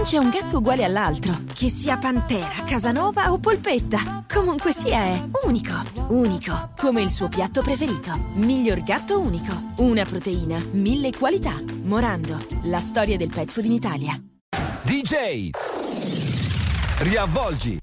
c'è un gatto uguale all'altro, che sia pantera, casanova o polpetta. Comunque sia è unico, unico, come il suo piatto preferito. Miglior gatto unico, una proteina, 1000 qualità. Morando, la storia del pet food in Italia. DJ riavvolgi.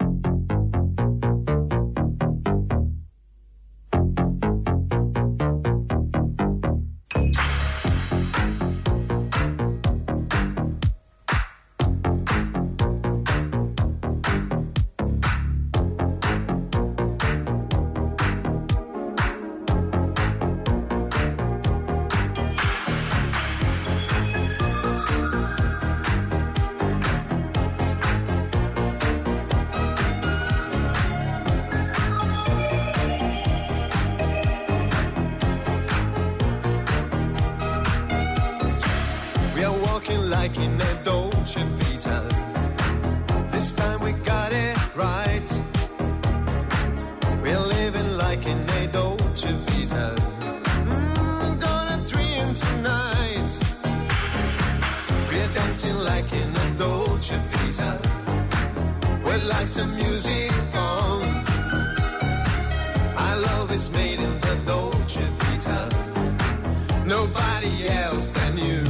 like in a Dolce Vita. This time we got it right. We're living like in a Dolce Vita. Gonna dream tonight. We're dancing like in a Dolce Vita. With lights and music on. Our love is made in the Dolce Vita. Nobody else than you.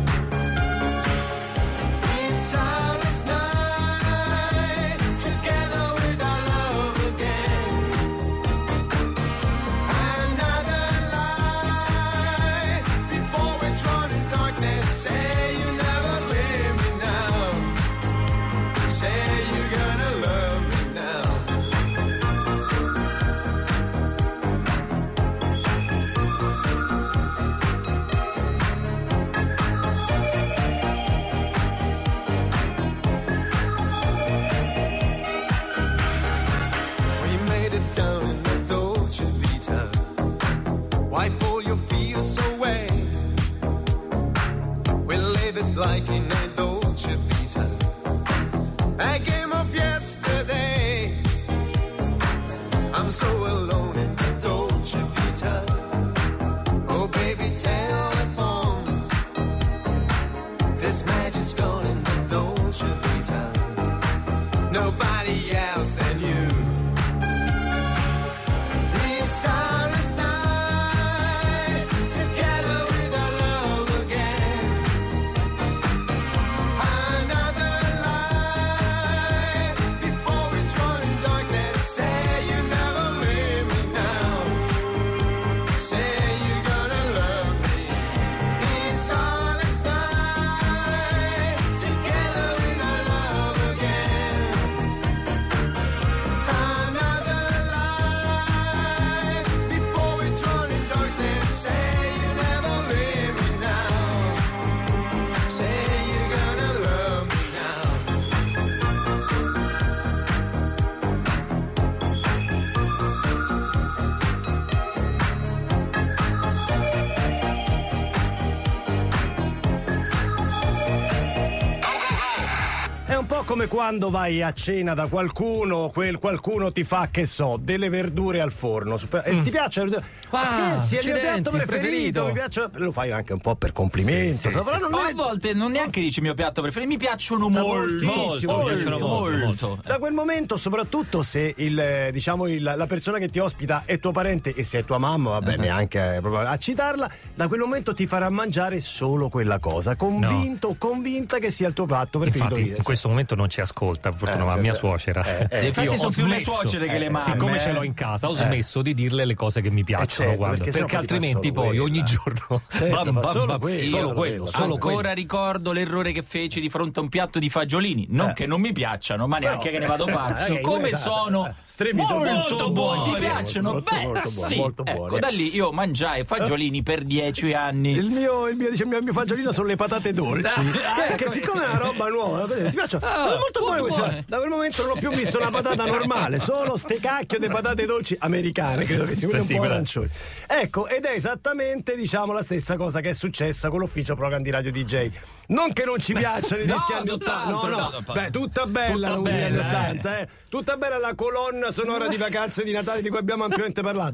It's our last night together with our love again. Another light before we're drawn in darkness. Say you never leave me now. Say you're gonna love me now. We made it down in the Dolce Vita. Wipe all your fears away. We live it like in a Dolce Vita. A game of yesterday. I'm so alone in the Dolce Vita. Oh baby, telephone. This magic's gone in the Dolce Vita. Nobody else than you. It's our last night together with our love again. Another light before we drown in darkness. Say you never leave me now. Say you're gonna love me. It's our last night together with our love again. Another light before we drown in darkness. Say you never leave me now. Say you're gonna love me now. È un po' come quando vai a cena da qualcuno, quel qualcuno ti fa, che so, delle verdure al forno. E ti piace? Scherzi, è il mio piatto preferito. Mi piace, lo fai anche un po' per complimento. Però non a volte non neanche dici mio piatto preferito, mi piacciono molto. Da quel momento, soprattutto se la persona che ti ospita è tuo parente, e se è tua mamma, va bene anche proprio a citarla, da quel momento ti farà mangiare solo quella cosa, convinto o convinta che sia il tuo piatto preferito. Infatti, in questo momento non ci ascolta, fortunatamente, mia suocera. Infatti sono più le suocere che le mamme. Siccome ce l'ho in casa, ho smesso di dirle le cose che mi piacciono, perché altrimenti poi ogni giorno solo quello. Ancora ricordo l'errore che feci di fronte a un piatto di fagiolini, non che non mi piacciono, ma neanche che ne vado pazzo. Come sono molto buoni, ti piacciono? Molto buoni. Ecco, da lì io mangiai fagiolini per 10 anni. Il mio fagiolino sono le patate dolci, che siccome è una roba nuova, ti piacciono? Sono molto buone queste. Da quel momento non ho più visto una patata normale, solo ste cacchio di patate dolci americane, credo che sia un po' arancioni. Ecco, ed è esattamente, la stessa cosa che è successa con l'ufficio program di Radio DJ. Non che non ci piacciono i dischi anni 80, beh, tutta bella la musica anni 80, tutta bella la colonna sonora di Vacanze di Natale di cui abbiamo ampiamente parlato.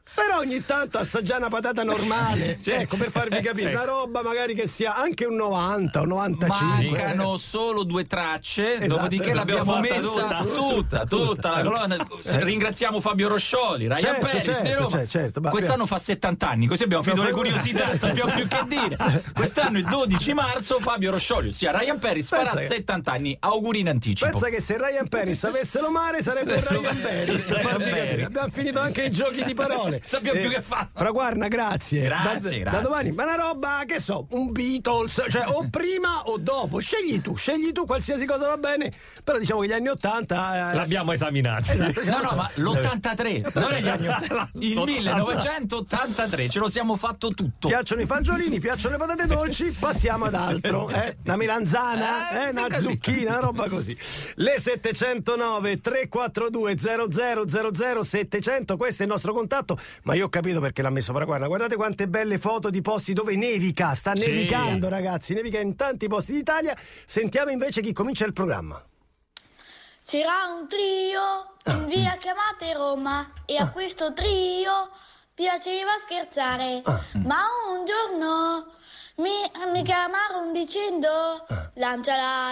Però ogni tanto assaggiare una patata normale, ecco, per farvi capire, una roba magari che sia anche un 90 o 95. Mancano solo 2 tracce, dopodiché l'abbiamo messa tutta la colonna. Ringraziamo Fabio Roscioli, Ryan Perris di Roma. Certo, quest'anno fa 70 anni, così abbiamo finito le curiosità, non sappiamo più che dire. Quest'anno il 12 marzo Fabio Roscioli, ossia Ryan Perris, farà 70 anni. Auguri in anticipo. Pensa che se Ryan Perris avesse l'omare sarebbe Ryan Perris. Abbiamo finito anche i giochi di parole. Sappiamo più che fa. Fraguarna, grazie. Grazie. Da domani, ma una roba, che so, un Beatles, cioè o prima o dopo. Scegli tu, qualsiasi cosa va bene. Però diciamo che gli anni 80 l'abbiamo esaminato. Esatto, no, ma l'83, non è gli anni 80. Il 1983 ce lo siamo fatto tutto. Piacciono i fagiolini, piacciono le patate dolci, passiamo ad altro. Una melanzana, una zucchina, una roba così. Le 709 342 0000 700, questo è il nostro contatto. Ma io ho capito perché l'ha messo Fraguarna. Guardate quante belle foto di posti dove nevica. Sta nevicando, ragazzi. Nevica in tanti posti d'Italia. Sentiamo invece chi comincia il programma. C'era un trio in via Chiamate Roma e a questo trio piaceva scherzare. Ma un giorno mi chiamarono dicendo lanciala,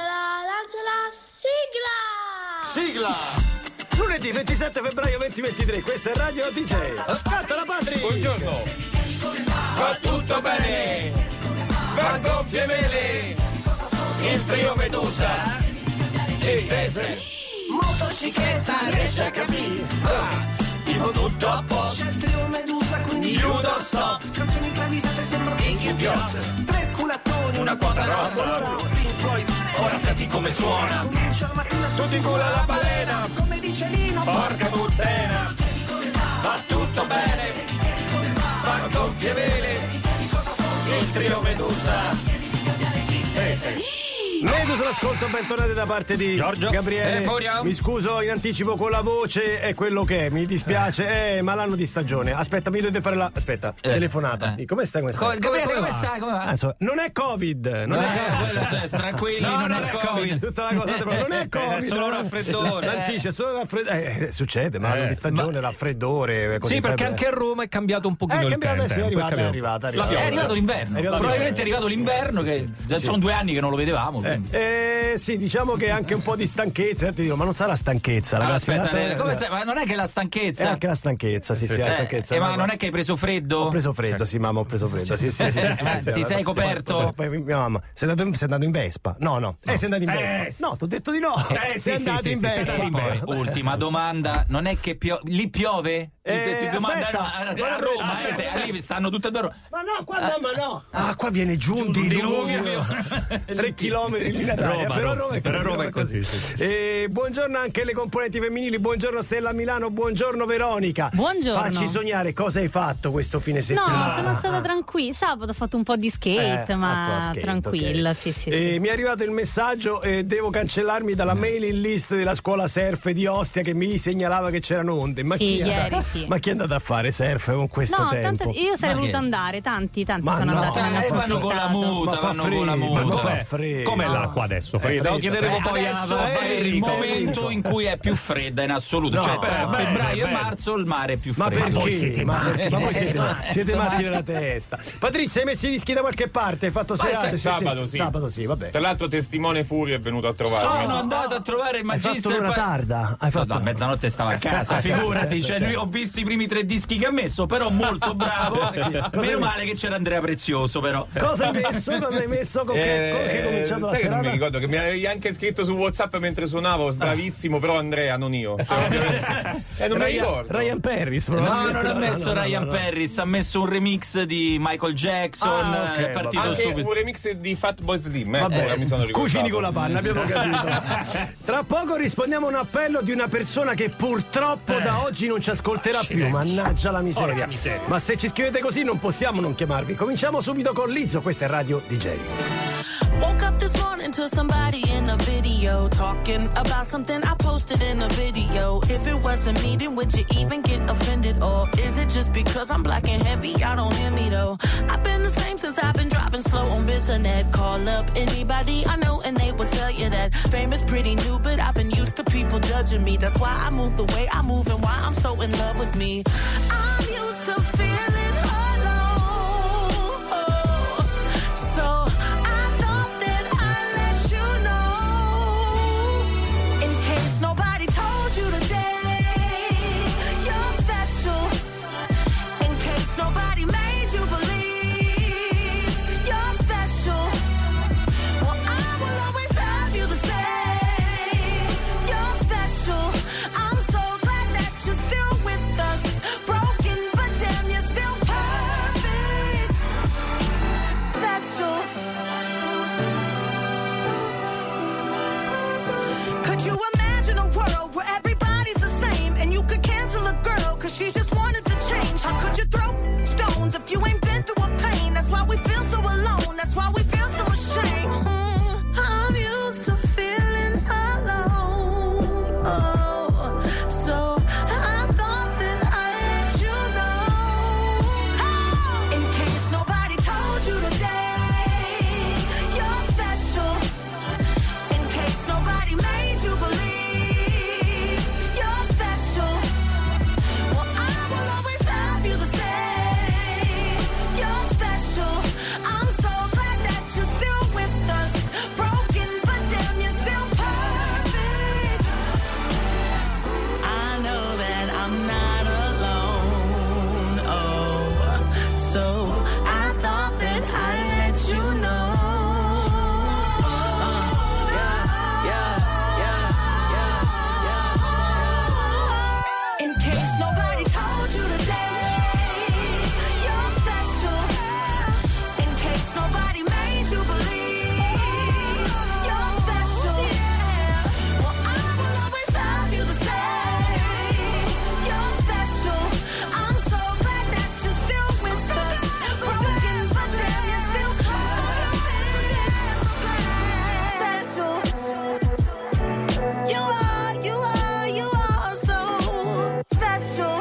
sigla! Lunedì 27 febbraio 2023, questa è Radio DJ. Cantala, Patri! Buongiorno! Va tutto bene, va gonfie vele, il trio Medusa e Tese. Motocicletta riesce a capire, Tipo tutto a posto, c'è il trio Medusa quindi nudo stop, canzoni travisate sembrano Iggy Pop, 3 culattoni, una quota rosa, Pink Floyd. ora senti come suona, Comincia la mattina tutti in culo alla balena, come dice Lino. porca puttana, va tutto bene, va gonfie vele, il trio Medusa, Tese. Medusa l'ascolto, bentornati da parte di Giorgio. Gabriele. Furia. Mi scuso in anticipo con la voce, è quello che è, mi dispiace, ma l'anno di stagione. Aspetta, mi dovete fare la. Aspetta, telefonata. Come stai? Gabriele, come stai? Come va? Non è Covid, non è tranquilli, non è Covid. Tutta la cosa, non è Covid, è solo raffreddore. L'antice, è solo raffreddore. Succede, ma l'anno di stagione, raffreddore. così, Sì, perché anche a Roma è cambiato un pochino il tempo. Sì, è arrivato. È arrivato l'inverno. Probabilmente è arrivato l'inverno, che sono 2 anni che non lo vedevamo. Sì, diciamo che anche un po' di stanchezza. Ti dico, ma non sarà stanchezza, ragazzi. Aspetta, come sai? Ma non è che la stanchezza? È anche la stanchezza, sì, la stanchezza. Ma non è che hai preso freddo? Ho preso freddo, sì, mamma, ho preso freddo. Sì. Ti sei coperto? Poi mia mamma, sei andato in Vespa? No. Sei andato in Vespa? No, ti ho detto di no. Sei andato in Vespa. Ultima domanda, non è che lì piove? Ti domandano a Roma, lì stanno tutte e due. Ma no, qua no. Ah, qua viene giù un diluvio. 3 chilometri lì da Roma. Però Roma è così. Buongiorno anche alle componenti femminili. Buongiorno Stella Milano, buongiorno Veronica. Buongiorno. Facci sognare, cosa hai fatto questo fine settimana? No, sono stata tranquilla. Sabato ho fatto un po' di skate, ma tranquilla. Okay. Sì. Mi è arrivato il messaggio e devo cancellarmi dalla mailing list della scuola surf di Ostia che mi segnalava che c'erano onde. Ma Sì. Ma chi è andato a fare surf con questo tempo? Io sarei voluto andare, tanti sono andati. Vanno con la muta, Ma fa freddo. Com'è l'acqua adesso? Lo chiederemo poi adesso a è il momento in cui è più fredda in assoluto, cioè tra febbraio e marzo il mare è più freddo. Ma perché? siete Siete matti nella testa. Patrizia, hai messo i dischi da qualche parte? Hai fatto serate? Sabato sì, vabbè. Tra l'altro Testimone Furio è venuto a trovarmi. Sono andato a trovare il Magister. Hai fatto l'ora tarda? No, a mezzanotte stava a casa, figurati. Ho visto i primi 3 dischi che ha messo, però molto bravo. Meno male che c'era Andrea Prezioso, però. Cosa hai messo? Con che hai cominciato la serata? Non mi ricordo che mi avevi anche scritto su WhatsApp mentre suonavo, bravissimo, però Andrea, non io. Non mi ricordo. Ryan Perris, no, non ha messo Ryan Perris, ha messo un remix di Michael Jackson. È partito anche subito. Un remix di Fatboy Slim. Vabbè, mi sono ricordato. cucini con la panna, abbiamo capito. Tra poco rispondiamo a un appello di una persona che purtroppo da oggi non ci ascolterà più. Mannaggia la miseria. Ma se ci scrivete così non possiamo non chiamarvi. Cominciamo subito con Lizzo, questa è Radio DJ. Woke up this morning to somebody in a video talking about something I posted in a video. If it wasn't me, then would you even get offended? Or is it just because I'm black and heavy? Y'all don't hear me though. I've been the same since I've been driving slow on Bissonnet. Call up anybody I know and they will tell you that fame is pretty new, but I've been used to people judging judging me. That's why I move the way I move and why I'm so in love with me. I'm used to feeling alone, so I thought that I'd let you know. In case nobody told you today, you're special. In case nobody made you believe you're special. Well, I will always love you the same. You're special. I'm so glad that you're still with us. Broken, but damn, you're still perfect. Special. Could you imagine a world where everybody's the same and you could cancel a girl cause she just wanted to change? How could you throw stones if you ain't been through a pain? That's why we feel so alone. That's why we feel so ashamed. I'm used to feeling alone, so I thought that I'd let you know. In case nobody told you today, you're special. In case nobody made you believe you're special. Well, I will always love you the same. You're special. I'm so glad that you're still with us. Broken, but damn, you're still perfect. I know that I'm not alone, so I thought that I'd let you know. In case nobody told you today, you're special. In case nobody made you believe you're special. Well, I will always love you the same. You're special. I'm so glad that you're still with us. Broken, but damn, you're still special. You are so special.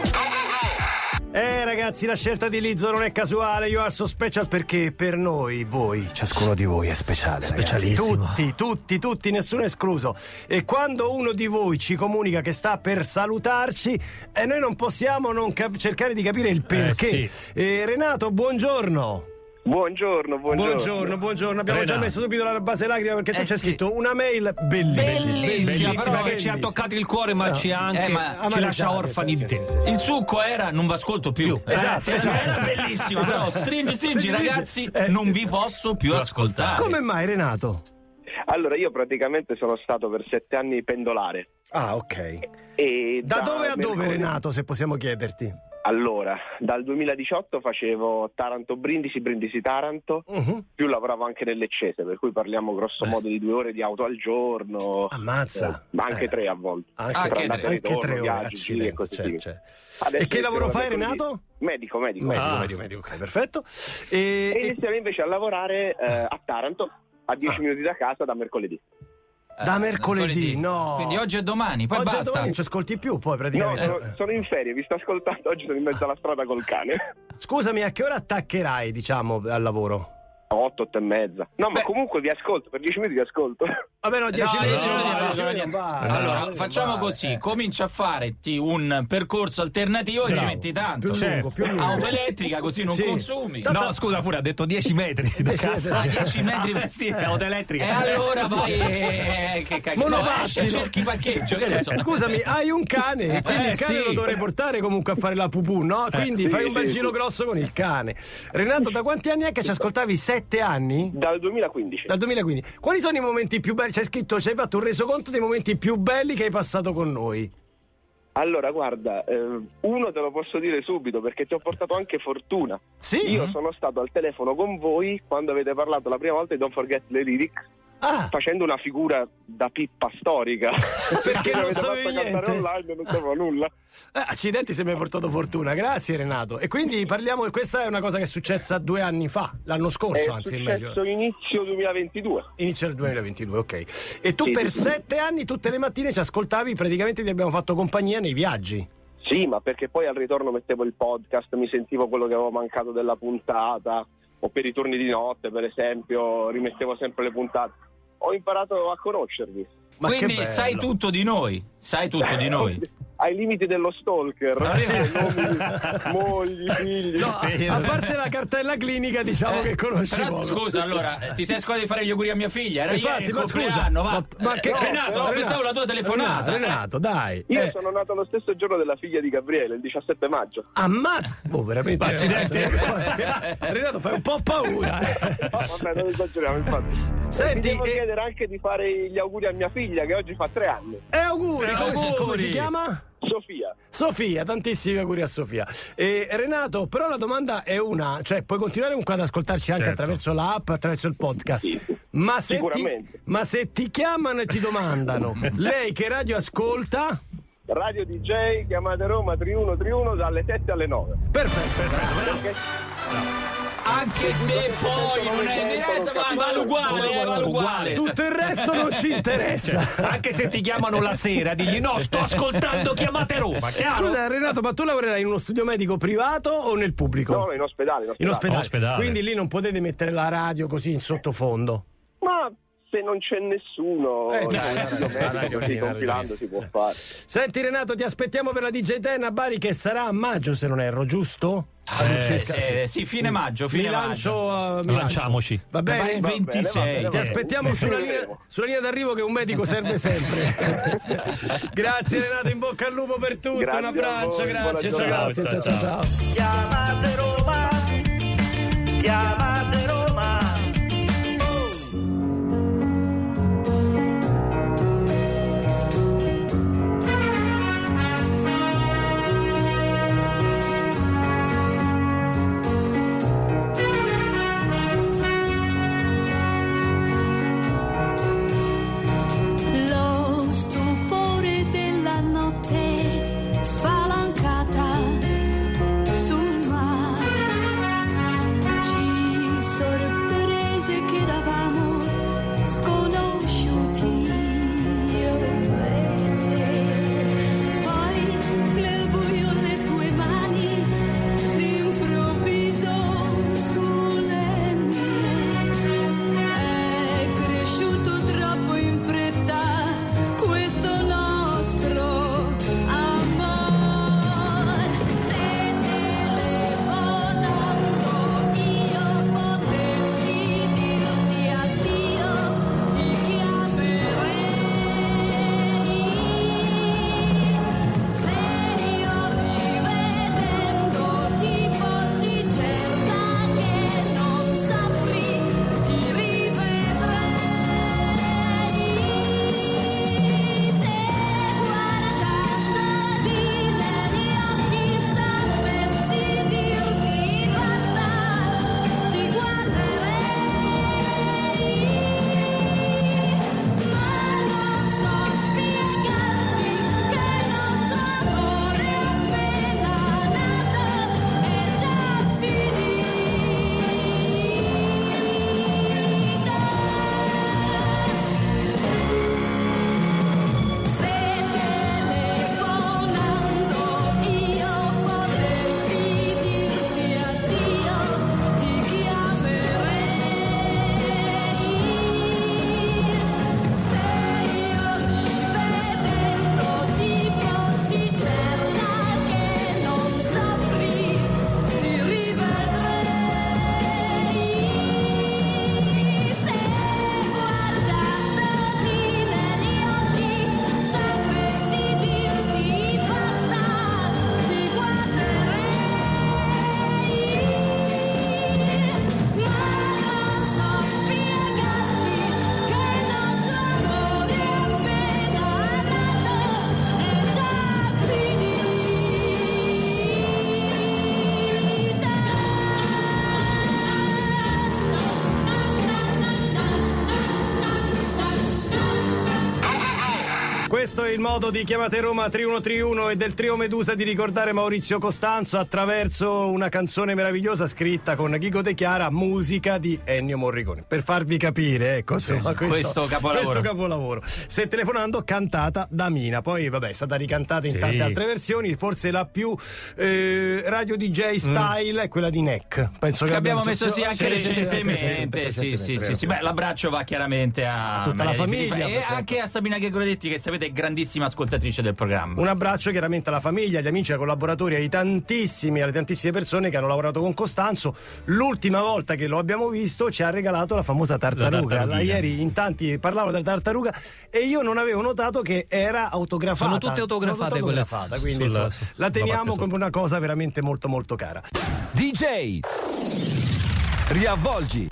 Ragazzi, la scelta di Lizzo non è casuale. You are so special perché per noi, voi, ciascuno di voi è speciale, ragazzi. Specialissimo. Tutti, nessuno escluso. E quando uno di voi ci comunica che sta per salutarci, noi non possiamo non cercare di capire il perché. Sì. Renato, buongiorno. Buongiorno. Abbiamo Renato. già messo subito la base lacrima perché tu c'è scritto una mail bellissima Però che che ci ha toccato il cuore, ma ci ha anche ma ci lascia orfani di te. Il succo era non vi ascolto più. Esatto. Era bellissimo, però stringi ragazzi, non vi posso più ascoltare. Come mai, Renato? Allora, io praticamente sono stato per 7 anni pendolare. Ah, ok. E Da dove a dove, mercoledì- Renato, se possiamo chiederti? Allora, dal 2018 facevo Taranto-Brindisi-Brindisi-Taranto, più lavoravo anche nel Leccese, per cui parliamo grosso modo di 2 ore di auto al giorno. Ammazza. Ma anche 3 a volte. Anche Per andata e anche ritorno, 3 ore, viaggi, giri e così via. certo. Adesso E che lavoro inizio fai, mercoledì. Renato? Medico. Medio, ok, perfetto. E iniziamo invece a lavorare a Taranto, a 10 minuti da casa, da mercoledì. Da mercoledì, no. Quindi oggi e domani, poi Oggi e basta. domani non ci ascolti più, poi No, praticamente. sono in ferie, vi sto ascoltando, oggi sono in mezzo alla strada col cane. Scusami, a che ora attaccherai, diciamo, al lavoro? 8 e mezza. No, ma comunque vi ascolto, per 10 minuti vi ascolto. Vabbè, no, 10 No, minuti. 10 minuti, no, 10 10 minuti. non va. Allora, No, facciamo non va, così: comincia a farti un percorso alternativo e ci metti tanto. più lungo. Auto elettrica, così non Sì. consumi. No, scusa, pure ha detto 10 metri da casa. 10 metri Sì, è auto elettrica. E allora vai che cacchio. Monopattino. Cerchi parcheggio, che ne so. Scusami, hai un cane, e quindi il cane sì. lo dovrei portare comunque a fare la pupù, no? Quindi fai un bel giro grosso con il cane. Renato, da quanti anni è che ci ascoltavi? 7 anni? Dal 2015. Dal 2015. Quali sono i momenti più belli? C'hai scritto, ci hai fatto un resoconto dei momenti più belli che hai passato con noi. Allora, guarda, uno te lo posso dire subito perché ti ho portato anche fortuna. Sì? Io sono stato al telefono con voi quando avete parlato la prima volta di Don't Forget the Lyrics, facendo una figura da pippa storica. Perché non avete sapevi fatto cantare niente? online, non sapevo nulla. Accidenti se mi hai portato fortuna, grazie Renato. E quindi parliamo, questa è una cosa che è successa 2 anni fa, l'anno scorso, È anzi è successo meglio. inizio 2022. Inizio del 2022, ok. E tu Sì, per sì. 7 anni tutte le mattine ci ascoltavi, praticamente ti abbiamo fatto compagnia nei viaggi. Sì, ma perché poi al ritorno mettevo il podcast, mi sentivo quello che avevo mancato della puntata, o per i turni di notte, per esempio, rimettevo sempre le puntate. Ho imparato a conoscervi. Quindi sai tutto di noi. Ai limiti dello stalker, mogli, figli. No, a parte la cartella clinica, diciamo che conosci poco. Scusa, allora, ti sei scordato di fare gli auguri a mia figlia? Era Infatti, ieri il ma compleanno, scusa, va. Renato, aspettavo la tua telefonata. Renato, dai. Io sono nato lo stesso giorno della figlia di Gabriele, il 17 maggio. Ammazza! Veramente. Accidenti. Renato, fai un po' paura. Vabbè, non esageriamo, infatti. Senti, ti devo chiedere anche di fare gli auguri a mia figlia, che oggi fa 3 anni. Auguri, come si chiama? Sofia, tantissimi auguri a Sofia. Renato, però la domanda è una, cioè puoi continuare comunque ad ascoltarci anche attraverso l'app, attraverso il podcast. Sì. Ma se Sicuramente. ma se ti chiamano e ti domandano, lei che radio ascolta? Radio DJ, chiamate Roma 3131 dalle 7 alle 9. Perfetto. Anche se poi non è in diretta, va uguale. Tutto il resto non ci interessa. Anche se ti chiamano la sera, digli no, sto ascoltando Chiamate Roma. Chiaro? Scusa Renato, ma tu lavorerai in uno studio medico privato o nel pubblico? No, in ospedale. In ospedale. Quindi lì non potete mettere la radio così in sottofondo. Ma se non c'è nessuno, compilando si può fare. Senti Renato, ti aspettiamo per la DJ Ten a Bari, che sarà a maggio se non erro, giusto? Sì, fine maggio. Lanciamoci. Va bene? Il 26. Ti aspettiamo sulla linea d'arrivo, che un medico serve sempre. Grazie Renato, in bocca al lupo per tutto. Grazie un abbraccio, grazie. Ciao. Chiamate Roma, chiamate Roma. Lo stupore della notte spalancata sul mare, ci questo è il modo di Chiamate Roma 3131 e del trio Medusa di ricordare Maurizio Costanzo attraverso una canzone meravigliosa scritta con Ghigo De Chiara, musica di Ennio Morricone. Per farvi capire, ecco, insomma, questo capolavoro. Se telefonando, cantata da Mina. Poi, vabbè, è stata ricantata in tante altre versioni. Forse la più radio DJ style è quella di Neck. Penso che abbiamo messo anche recentemente. Sì. Beh, l'abbraccio va chiaramente a tutta la famiglia e anche a Sabina Ghegoretti, che sapete è grandissima ascoltatrice del programma. Un abbraccio chiaramente alla famiglia, agli amici, ai collaboratori, alle tantissime persone che hanno lavorato con Costanzo. L'ultima volta che lo abbiamo visto ci ha regalato la famosa tartaruga. Ieri in tanti parlavano della tartaruga e io non avevo notato che era autografata. Sono tutte autografate quelle, quindi la teniamo come una cosa veramente molto molto cara. DJ Riavvolgi.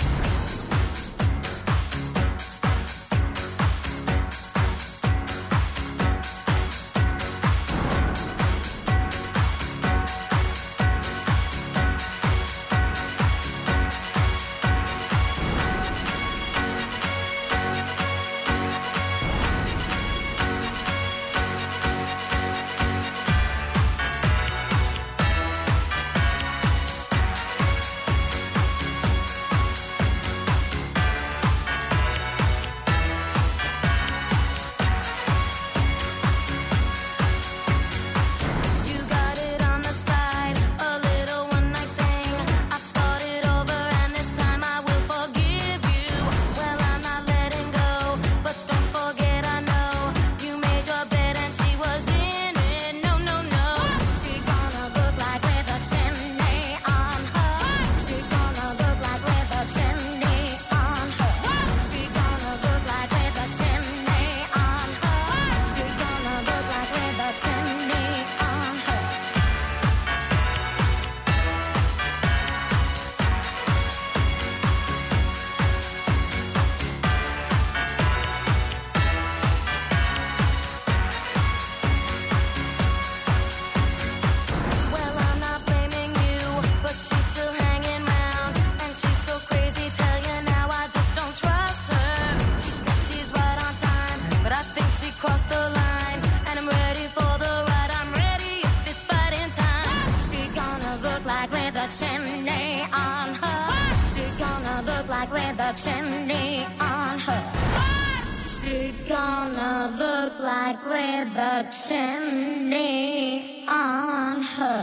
chimney on her. She's gonna look like with a chimney on her. She's gonna look like with a chimney on her.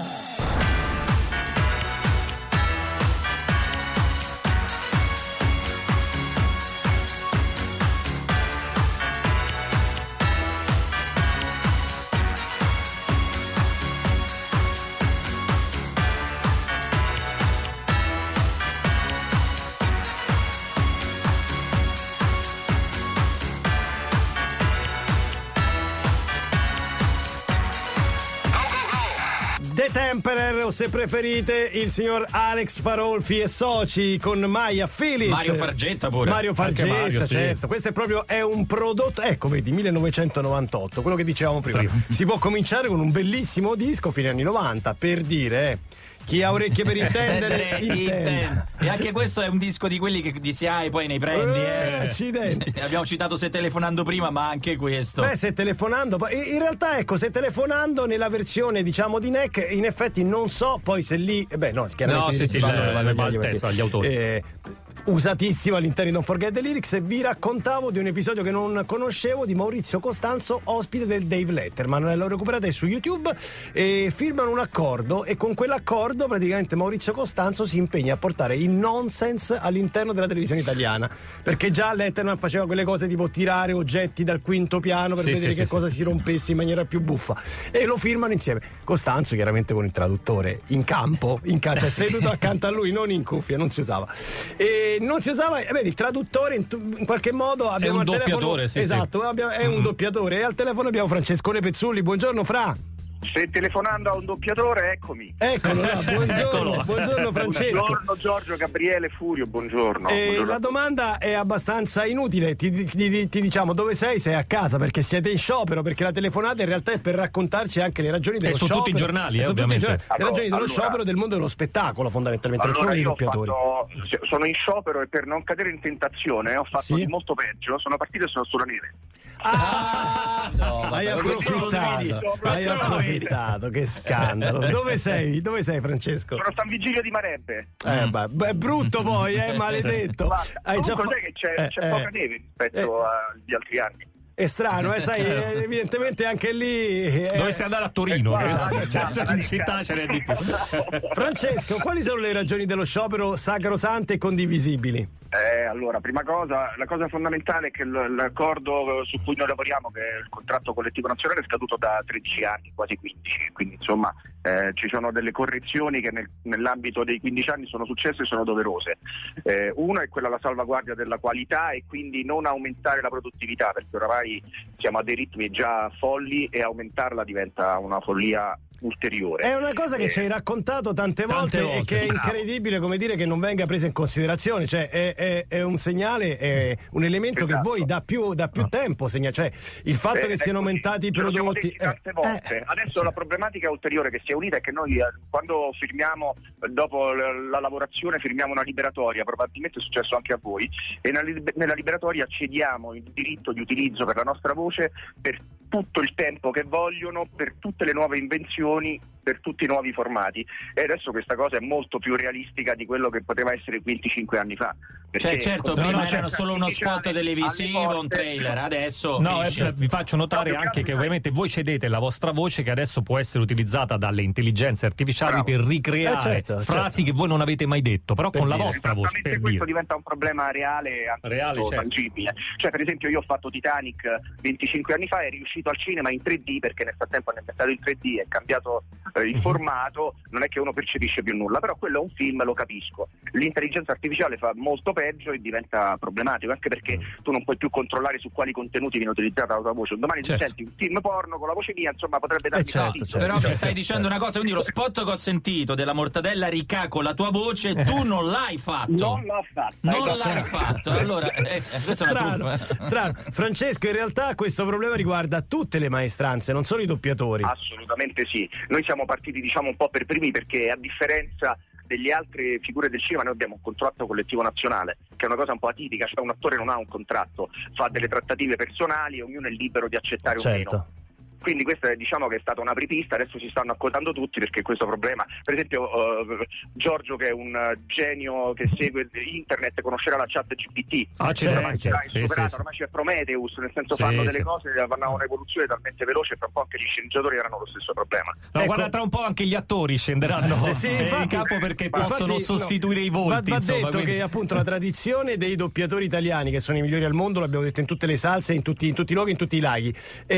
The Temperer, o se preferite il signor Alex Farolfi e soci con Maya Philip. Mario Fargetta pure. Mario Fargetta, Mario, certo. sì. Questo è un prodotto, ecco, vedi, 1998, quello che dicevamo prima. Si può cominciare con un bellissimo disco fine anni 90, per dire, chi ha orecchie per intendere, intenda. E anche questo è un disco di quelli che dici e poi ne prendi. Accidenti. Abbiamo citato Se telefonando prima, ma anche questo. Beh, Se telefonando, in realtà ecco, Se telefonando nella versione diciamo di NEC, in effetti non so poi se lì, chiaramente agli autori. Usatissimo all'interno di Don't Forget the Lyrics, e vi raccontavo di un episodio che non conoscevo di Maurizio Costanzo, ospite del Dave Letterman. L'ho recuperata su YouTube e firmano un accordo, e con quell'accordo praticamente Maurizio Costanzo si impegna a portare il nonsense all'interno della televisione italiana, perché già Letterman faceva quelle cose tipo tirare oggetti dal quinto piano per vedere che cosa si rompesse in maniera più buffa, e lo firmano insieme. Costanzo chiaramente con il traduttore in campo, cioè seduto accanto a lui, non in cuffia, non si usava. Non si usava, vedi, il traduttore in qualche modo abbiamo è un al telefono, doppiatore, esatto, è un doppiatore, e al telefono abbiamo Francescone Pezzulli. Buongiorno Fra. Se telefonando a un doppiatore, eccomi. Eccolo là, buongiorno Francesco. Buongiorno Giorgio, Gabriele, Furio, buongiorno. La domanda è abbastanza inutile, ti diciamo dove sei a casa, perché siete in sciopero, perché la telefonata in realtà è per raccontarci anche le ragioni dello sciopero. E su tutti i giornali, ovviamente. Le ragioni dello sciopero del mondo dello spettacolo, fondamentalmente, non solo dei doppiatori. Sono in sciopero e per non cadere in tentazione ho fatto di molto peggio, sono partito e sono sulla neve. Hai approfittato, che scandalo. Dove sei Francesco? Sono San Vigilio di Marebbe. È brutto poi, maledetto. Comunque sai che c'è poca neve rispetto agli altri anni. È strano, sai, evidentemente anche lì dovresti andare a Torino, in città ce n'è di più. Francesco, quali sono le ragioni dello sciopero sacrosante e condivisibili? Allora, prima cosa, la cosa fondamentale è che l'accordo su cui noi lavoriamo, che è il contratto collettivo nazionale, è scaduto da 13 anni, quasi 15, quindi insomma ci sono delle correzioni che nell'ambito dei 15 anni sono successe e sono doverose. Una è quella la salvaguardia della qualità e quindi non aumentare la produttività, perché oramai siamo a dei ritmi già folli e aumentarla diventa una follia ulteriore. È una cosa che ci hai raccontato tante volte e che è incredibile, come dire, che non venga presa in considerazione, cioè è un segnale, è un elemento che voi da più tempo segna, cioè il fatto che siano aumentati i prodotti tante volte. Adesso la problematica ulteriore che si è unita è che noi quando firmiamo, dopo la lavorazione, firmiamo una liberatoria, probabilmente è successo anche a voi, e nella liberatoria cediamo il diritto di utilizzo per la nostra voce per tutto il tempo che vogliono, per tutte le nuove invenzioni, per tutti i nuovi formati, e adesso questa cosa è molto più realistica di quello che poteva essere 25 anni fa. Certo, prima era solo uno spot televisivo, un trailer, adesso vi faccio notare anche che ovviamente voi cedete la vostra voce, che adesso può essere utilizzata dalle intelligenze artificiali per ricreare frasi che voi non avete mai detto, però con la vostra voce. Per questo diventa un problema reale, tangibile. Cioè, per esempio, io ho fatto Titanic 25 anni fa, è riuscito al cinema in 3D perché nel frattempo hanno inventato il 3D, è cambiato il formato, non è che uno percepisce più nulla, però quello è un film, lo capisco. L'intelligenza artificiale fa molto peggio e diventa problematico, anche perché tu non puoi più controllare su quali contenuti viene utilizzata la tua voce. Domani tu senti un film porno con la voce mia, insomma, potrebbe darmi Però mi stai dicendo una cosa, quindi lo spot che ho sentito della mortadella Ricà con la tua voce tu non l'hai fatto. Non l'ho fatto. Non l'hai fatto. Allora, questa è una truffa. Strano. Francesco, in realtà questo problema riguarda tutte le maestranze, non solo i doppiatori. Assolutamente sì. Noi siamo partiti, diciamo, un po' per primi, perché a differenza delle altre figure del cinema noi abbiamo un contratto collettivo nazionale, che è una cosa un po' atipica, cioè un attore non ha un contratto, fa delle trattative personali e ognuno è libero di accettare o meno. Quindi questa diciamo che è stata un'apripista, adesso si stanno accodando tutti perché questo problema, per esempio Giorgio, che è un genio che segue internet, conoscerà la chat GPT, ormai c'è Prometheus, nel senso fanno delle cose che vanno a un'evoluzione talmente veloce e fra un po' anche gli sceneggiatori avranno lo stesso problema. Guarda, tra un po' anche gli attori scenderanno in capo, perché possono sostituire i volti. Va detto che appunto la tradizione dei doppiatori italiani, che sono i migliori al mondo, l'abbiamo detto in tutte le salse, in tutti i luoghi, in tutti i laghi,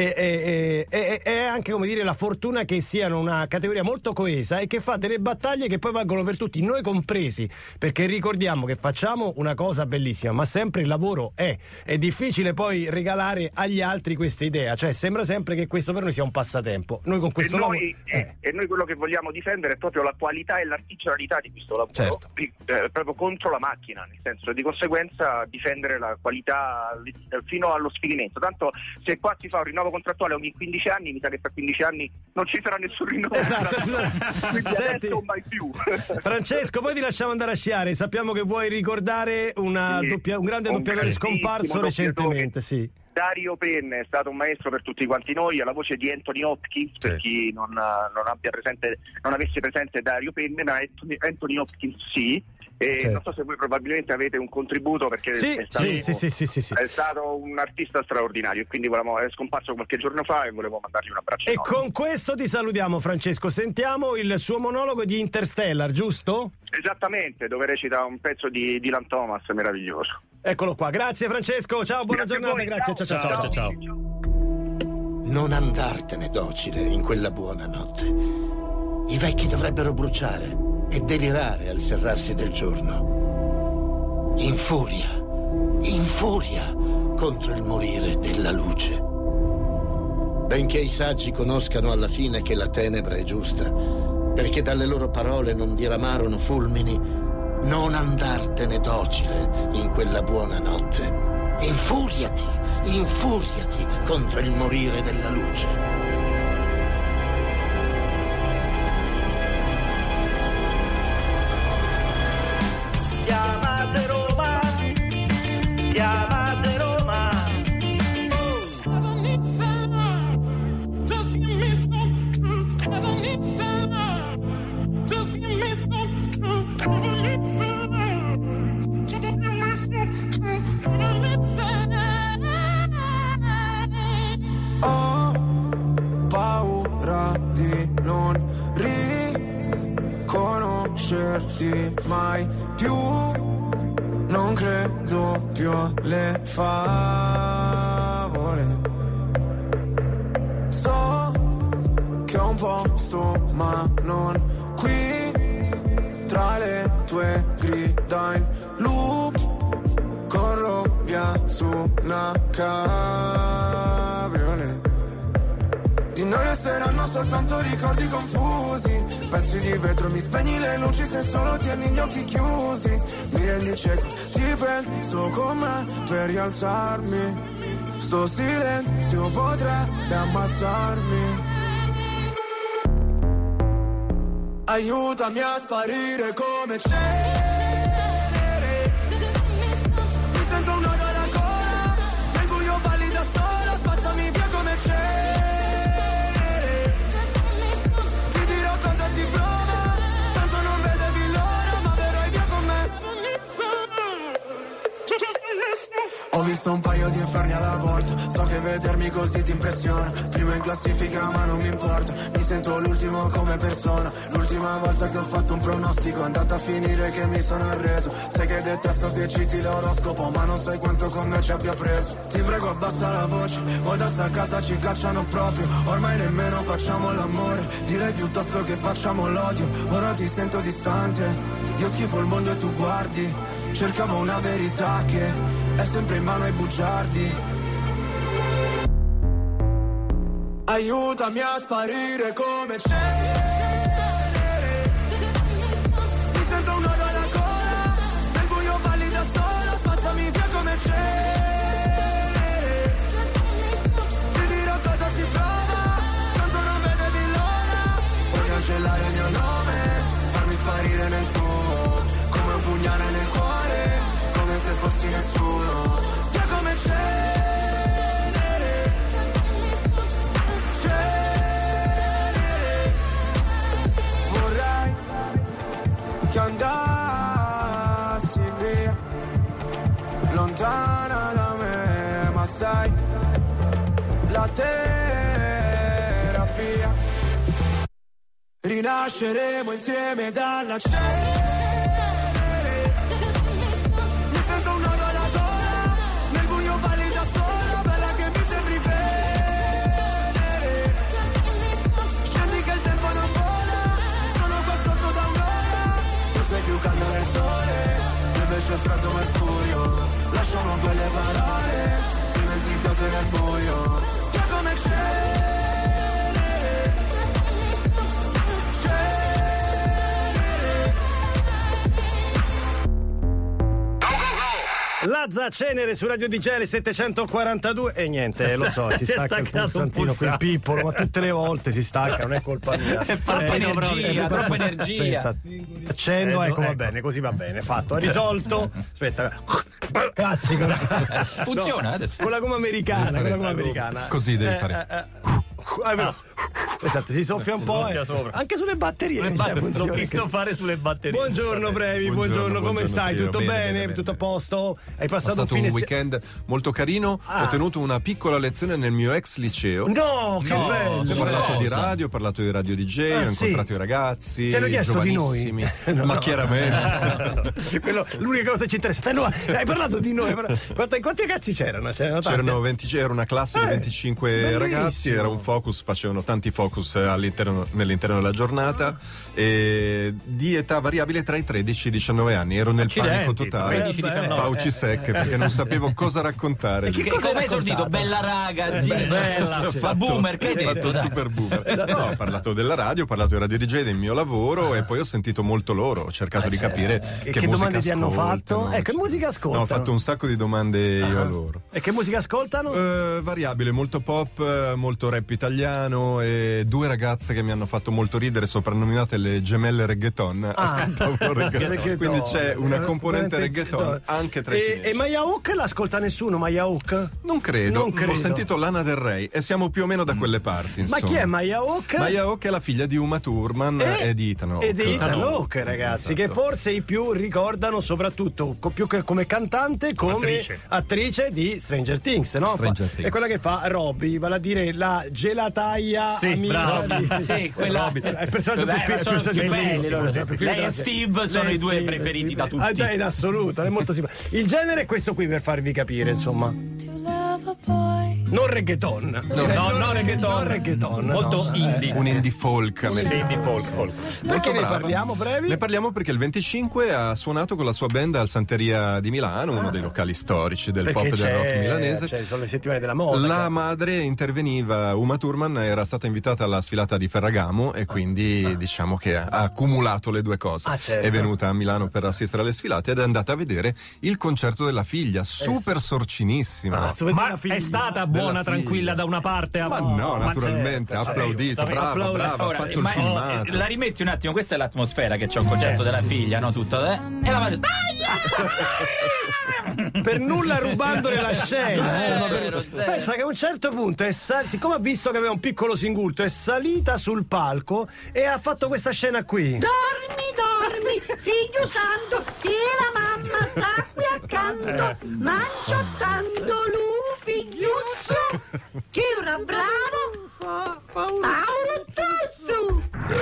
è anche, come dire, la fortuna che siano una categoria molto coesa e che fa delle battaglie che poi valgono per tutti, noi compresi, perché ricordiamo che facciamo una cosa bellissima, ma sempre il lavoro è difficile poi regalare agli altri questa idea, cioè sembra sempre che questo per noi sia un passatempo. Noi con questo e noi quello che vogliamo difendere è proprio la qualità e l'artigianalità di questo lavoro, proprio contro la macchina, nel senso, di conseguenza difendere la qualità fino allo sfinimento. Tanto se qua si fa un rinnovo contrattuale ogni 15 anni, mi sa che tra 15 anni non ci sarà nessun rinnovo. Quindi Senti, adesso mai più. Francesco, poi ti lasciamo andare a sciare. Sappiamo che vuoi ricordare un grande doppiatore scomparso recentemente. Dario Penna è stato un maestro per tutti quanti noi, alla voce di Anthony Hopkins, per chi non avesse presente Dario Penna, ma Anthony Hopkins non so se voi probabilmente avete un contributo, perché è stato un artista straordinario, e quindi è scomparso qualche giorno fa e volevo mandargli un abbraccio. E con questo ti salutiamo, Francesco. Sentiamo il suo monologo di Interstellar, giusto? Esattamente, dove recita un pezzo di Dylan Thomas meraviglioso. Eccolo qua, grazie Francesco, ciao, buona giornata, grazie, ciao. Non andartene docile in quella buona notte. I vecchi dovrebbero bruciare e delirare al serrarsi del giorno. In furia contro il morire della luce. benché i saggi conoscano alla fine che la tenebra è giusta, perché dalle loro parole non diramarono fulmini, non andartene docile in quella buona notte. Infuriati contro il morire della luce. Chiamate Roma, chiamate Roma. Just give me some truth. Never need some. Just give me some truth. Never need some. Just give me some truth. Never need some. Ho paura di non riconoscerti mai più. Non credo più alle favole. So che ho un posto ma non qui, tra le tue grida in loop. Corro via su una cabriolet. Di noi resteranno soltanto ricordi confusi. Pezzi di vetro, mi spegni le luci se solo tieni gli occhi chiusi. Mi rendi cieco, ti penso con me per rialzarmi. Sto silenzio potrebbe ammazzarmi. Aiutami a sparire come cenere. Mi sento un nodo alla gola. Nel buio balli da sola. Spazzami via come cenere. Si prova, tanto non vedevi l'ora, ma verrai via con me. Ho visto un paio di inferni alla porta, so che vedermi così ti impressiona. Primo in classifica ma non mi importa, mi sento l'ultimo come persona. L'ultima volta che ho fatto un pronostico è andata a finire che mi sono arreso. Sai che detesto che citi l'oroscopo, ma non sai quanto con me ci abbia preso. Ti prego abbassa la voce, poi da sta casa ci cacciano proprio. Ormai nemmeno facciamo l'amore, direi piuttosto che facciamo l'odio. Ora ti sento distante, io schifo il mondo e tu guardi. Cercavo una verità che è sempre in mano ai bugiardi. Aiutami a sparire come cenere. Mi sento un nodo alla gola. Nel buio balli da sola. Spazzami via come cenere. Ti dirò cosa si prova, tanto non vedevi l'ora. Puoi cancellare il mio nome, farmi sparire nel fuoco, come un pugnale nel cuore, come se fossi nessuno. Via come cenere, cenere. Vorrei che andassi via, lontana da me, ma sai, la terapia. Rinasceremo insieme dalla cenere. Mi sento un nodo alla gola, nel buio balli da sola, bella che mi sembri venere. Scendi che il tempo non vola, sono qua sotto da un'ora. Tu sei più caldo del sole, io invece freddo mercurio. Lasciamo quelle parole, dimenticate nel buio. Che come c'è. Lazza Cenere su Radio DJ 742 e niente, lo so, si stacca il pulsantino, quel pippolo, ma tutte le volte si stacca, non è colpa mia. Troppa energia. Accendo, ecco, va bene, così va bene, fatto, ha risolto. Aspetta. Classico. Funziona adesso. Con la gomma americana, Così devi fare. Esatto, si soffia un po'. Anche sulle batterie. L'ho visto fare sulle batterie. Buongiorno Brevi, buongiorno, come stai? Tutto bene? Tutto a posto? Hai passato un weekend molto carino. Ho tenuto una piccola lezione nel mio ex liceo. No, che bello! Ho parlato di radio, ho parlato di radio DJ, ho incontrato i ragazzi. Ti hanno chiesto di noi? Ma chiaramente. L'unica cosa che ci interessa. Hai parlato di noi. Quanti ragazzi c'erano? C'erano 20, era una classe di 25 ragazzi, era un focus, facevano tanti focus focus nell'interno della giornata, di età variabile tra i 13 e i 19 anni. Ero nel panico totale, pauci secche, perché non sapevo cosa raccontare. Come hai esordito? Bella raga, fa boomer, che hai detto? Super boomer. No, ho parlato della radio, ho parlato di Radio DJ, del mio lavoro, e poi ho sentito molto loro, ho cercato di capire che domande ti hanno fatto? Che musica ascoltano? No, ho fatto un sacco di domande io a loro. E che musica ascoltano? Variabile, molto pop, molto rap italiano, e due ragazze che mi hanno fatto molto ridere, soprannominate le gemelle reggaeton. Ascoltavo reggaeton. Quindi c'è una componente reggaeton anche tra i teenager. E Maya Hawke l'ascolta nessuno? Maya Hawke? Non credo. Ho sentito Lana Del Rey e siamo più o meno da quelle parti, insomma. Ma chi è Maya Hawke? Maya Hawke è la figlia di Uma Thurman e di Ethan Hawke. E di Ethan Hawke, ragazzi, che forse i più ricordano soprattutto più che come cantante, come attrice di Stranger Things, no? È quella che fa Robbie, vale a dire la gelataia amica. Sì, quella è il personaggio più bello. Lei e Steve sono i due preferiti da tutti. In assoluto, è molto simpatico. Il genere è questo qui, per farvi capire, insomma. Non reggaeton. No, reggaeton. Molto indie. Un indie folk americano. Indie folk. Perché ne parliamo, Brevi? Ne parliamo perché il 25 ha suonato con la sua band al Santeria di Milano, uno dei locali storici del pop e del rock milanese. Sono le settimane della moda. La madre interveniva, Uma Thurman era stata invitata alla sfilata di Ferragamo e quindi diciamo che ha accumulato le due cose. È venuta a Milano per assistere alle sfilate ed è andata a vedere il concerto della figlia, super sorcinissima. Ma è stata buona, tranquilla da una parte? Ma no, naturalmente, ha applaudito, brava, ha fatto il filmato. La rimetti un attimo, questa è l'atmosfera che c'è un concerto della figlia, no? Tutto, e la madre per nulla rubandole la scena. Pensa che a un certo punto siccome ha visto che aveva un piccolo singulto, è salita sul palco e ha fatto questa scena qui. Dormi, figlio santo, che la mamma sta qui accanto, mangiando figliuzzo, che ora bravo, Paolo Tossu.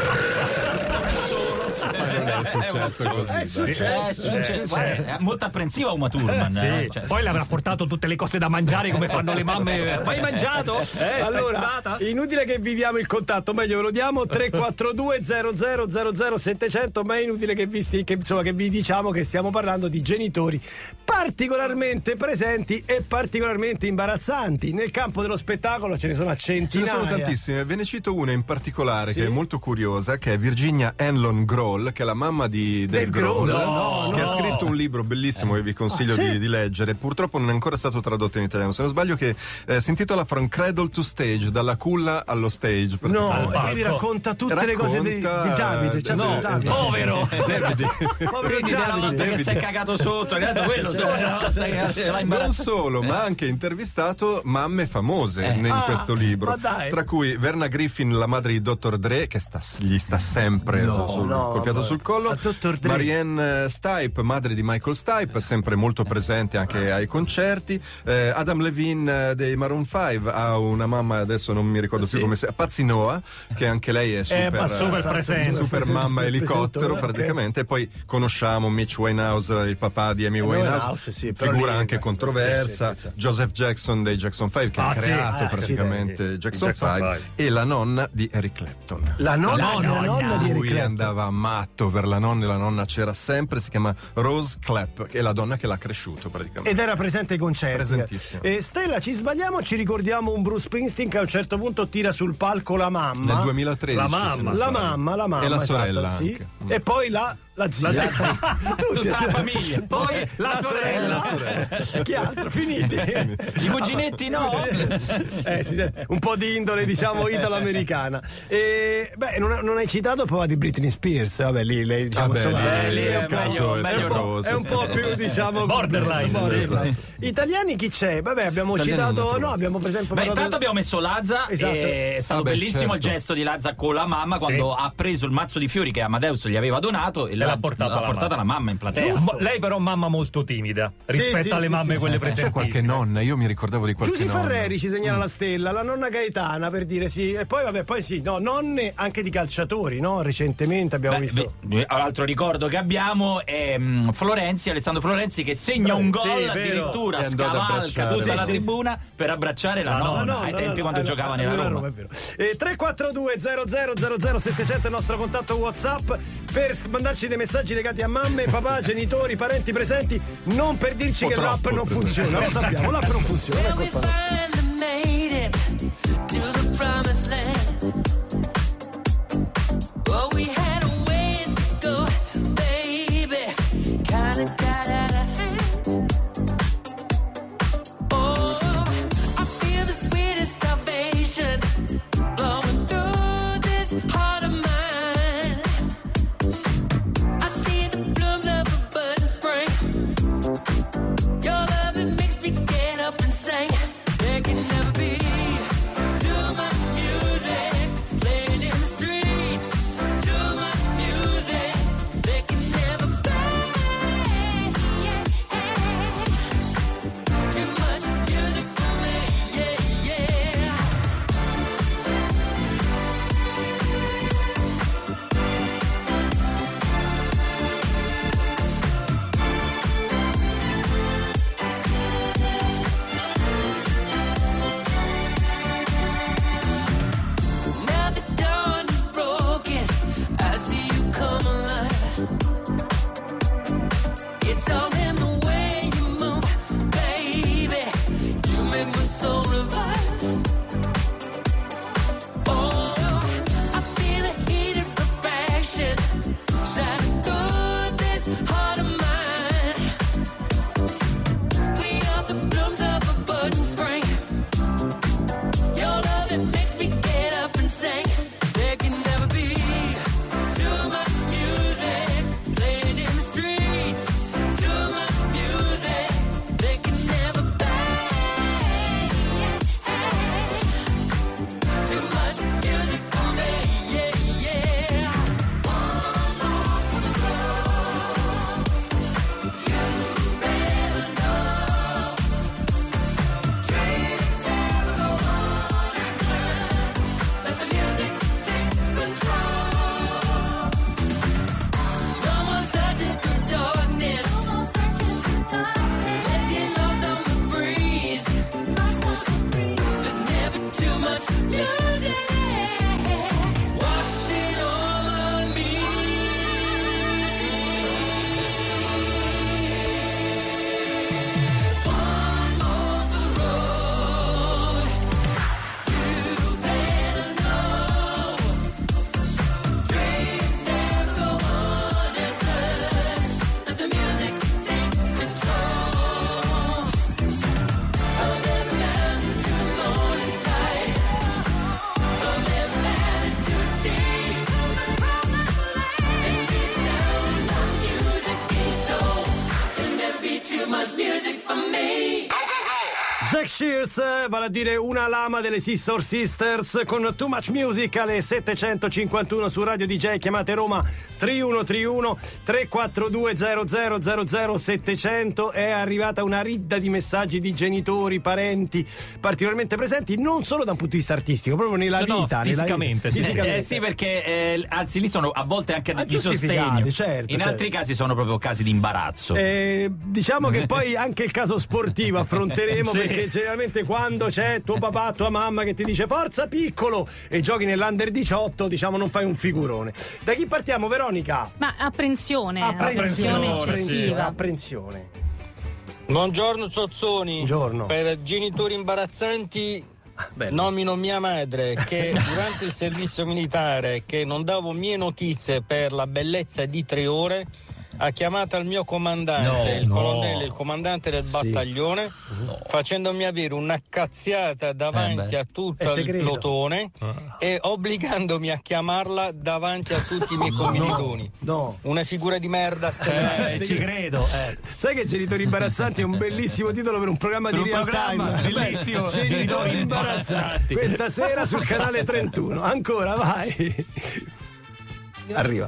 Non è successo così. È successo. È molto apprensiva Uma Thurman. Poi le avrà portato tutte le cose da mangiare come fanno le mamme. Ma hai mangiato? Allora, inutile che viviamo il contatto, meglio ve lo diamo 342 00 700, ma è inutile che vi diciamo che stiamo parlando di genitori particolarmente presenti e particolarmente imbarazzanti. Nel campo dello spettacolo ce ne sono a centinaia. Ce ne sono tantissime, ve ne cito una in particolare che è molto curiosa, che è Virginia Hanlon Grohl, che è la mamma di Dave Grohl, che ha scritto un libro bellissimo che vi consiglio di leggere. Purtroppo non è ancora stato tradotto in italiano, se non sbaglio, che si intitola From Cradle to Stage, dalla culla allo stage. E quindi racconta tutte le cose di Davide. Povero Davide che si è cagato sotto, quello non solo, ma ha anche intervistato mamme famose in questo libro, tra cui Verna Griffin, la madre di Dr. Dre, che gli sta sempre col fiato sul collo, Marianne Stipe, madre di Michael Stipe, sempre molto presente anche ai concerti, Adam Levine dei Maroon 5 ha una mamma, adesso non mi ricordo più come si chiama, Patsy Noah, che anche lei è super presente, super mamma elicottero praticamente. E poi conosciamo Mitch Winehouse, il papà di Amy Winehouse, figura anche controversa, Joseph Jackson dei Jackson 5, che ha creato praticamente Jackson 5, e la nonna di Eric Clapton. La nonna di Eric Lui Clapton andava matto per la nonna, e la nonna c'era sempre, si chiama Rose Clapp, che è la donna che l'ha cresciuto praticamente. Ed era presente ai concerti. Presentissimo. E Stella, ci sbagliamo, ci ricordiamo un Bruce Springsteen che a un certo punto tira sul palco la mamma. Nel 2013. La mamma. E la sorella esatto, anche. E poi la zia. Tutta la famiglia. Poi la sorella. Chi altro? Finiti. I cuginetti no. Si sente un po' di indole, diciamo, italo-americana. Non hai citato poi di Britney Spears. Vabbè, lì diciamo lì è un po' più, diciamo, borderline. Italiani chi c'è? Vabbè, abbiamo citato, abbiamo per esempio intanto abbiamo messo Lazza. Esatto. È stato bellissimo il gesto di Lazza con la mamma quando ha preso il mazzo di fiori che Amadeus gli aveva donato e l'ha portata la mamma in platea. Lei però mamma molto timida rispetto alle mamme quelle presenti. C'è qualche nonna, io mi ricordavo di qualche Giusy nonna. Ferreri ci segnala la stella, la nonna Gaetana, per dire, sì. E poi nonne anche di calciatori, no? Recentemente abbiamo visto altro ricordo che abbiamo è Alessandro Florenzi che segna un gol, addirittura scavalca tutta la tribuna per abbracciare la nonna ai tempi quando giocava nella Roma. 342 00 700 è il nostro contatto WhatsApp per mandarci dei messaggi legati a mamme, papà, genitori, parenti presenti, non per dirci che l'app non funziona. Lo sappiamo, l'app non funziona, è colpa Jack Shears, vale a dire una lama delle Sister Sisters con Too Much Music alle 751 su Radio DJ. Chiamate Roma 3131 342 00 700. È arrivata una ridda di messaggi di genitori, parenti particolarmente presenti, non solo da un punto di vista artistico, proprio nella vita, fisicamente. Sì, perché anzi lì sono a volte anche di sostegno, certo, in altri casi sono proprio casi di imbarazzo. Diciamo che poi anche il caso sportivo affronteremo, sì, perché generalmente quando c'è tuo papà, tua mamma che ti dice forza piccolo e giochi nell'Under 18, diciamo non fai un figurone. Da chi partiamo, Veronica? Ma apprensione eccessiva. Apprensione. Buongiorno Zozzoni. Buongiorno. Per genitori imbarazzanti nomino mia madre che durante il servizio militare, che non davo mie notizie per la bellezza di 3 ore, ha chiamato il mio comandante, il colonnello, il comandante del battaglione, facendomi avere una cazziata davanti a tutto il plotone e obbligandomi a chiamarla davanti a tutti i miei commilitoni. Una figura di merda ci credo. Sai che Genitori imbarazzanti è un bellissimo titolo per un programma di real time. Bellissimo. Genitori imbarazzanti. Questa sera sul canale 31. Ancora, vai. Arriva.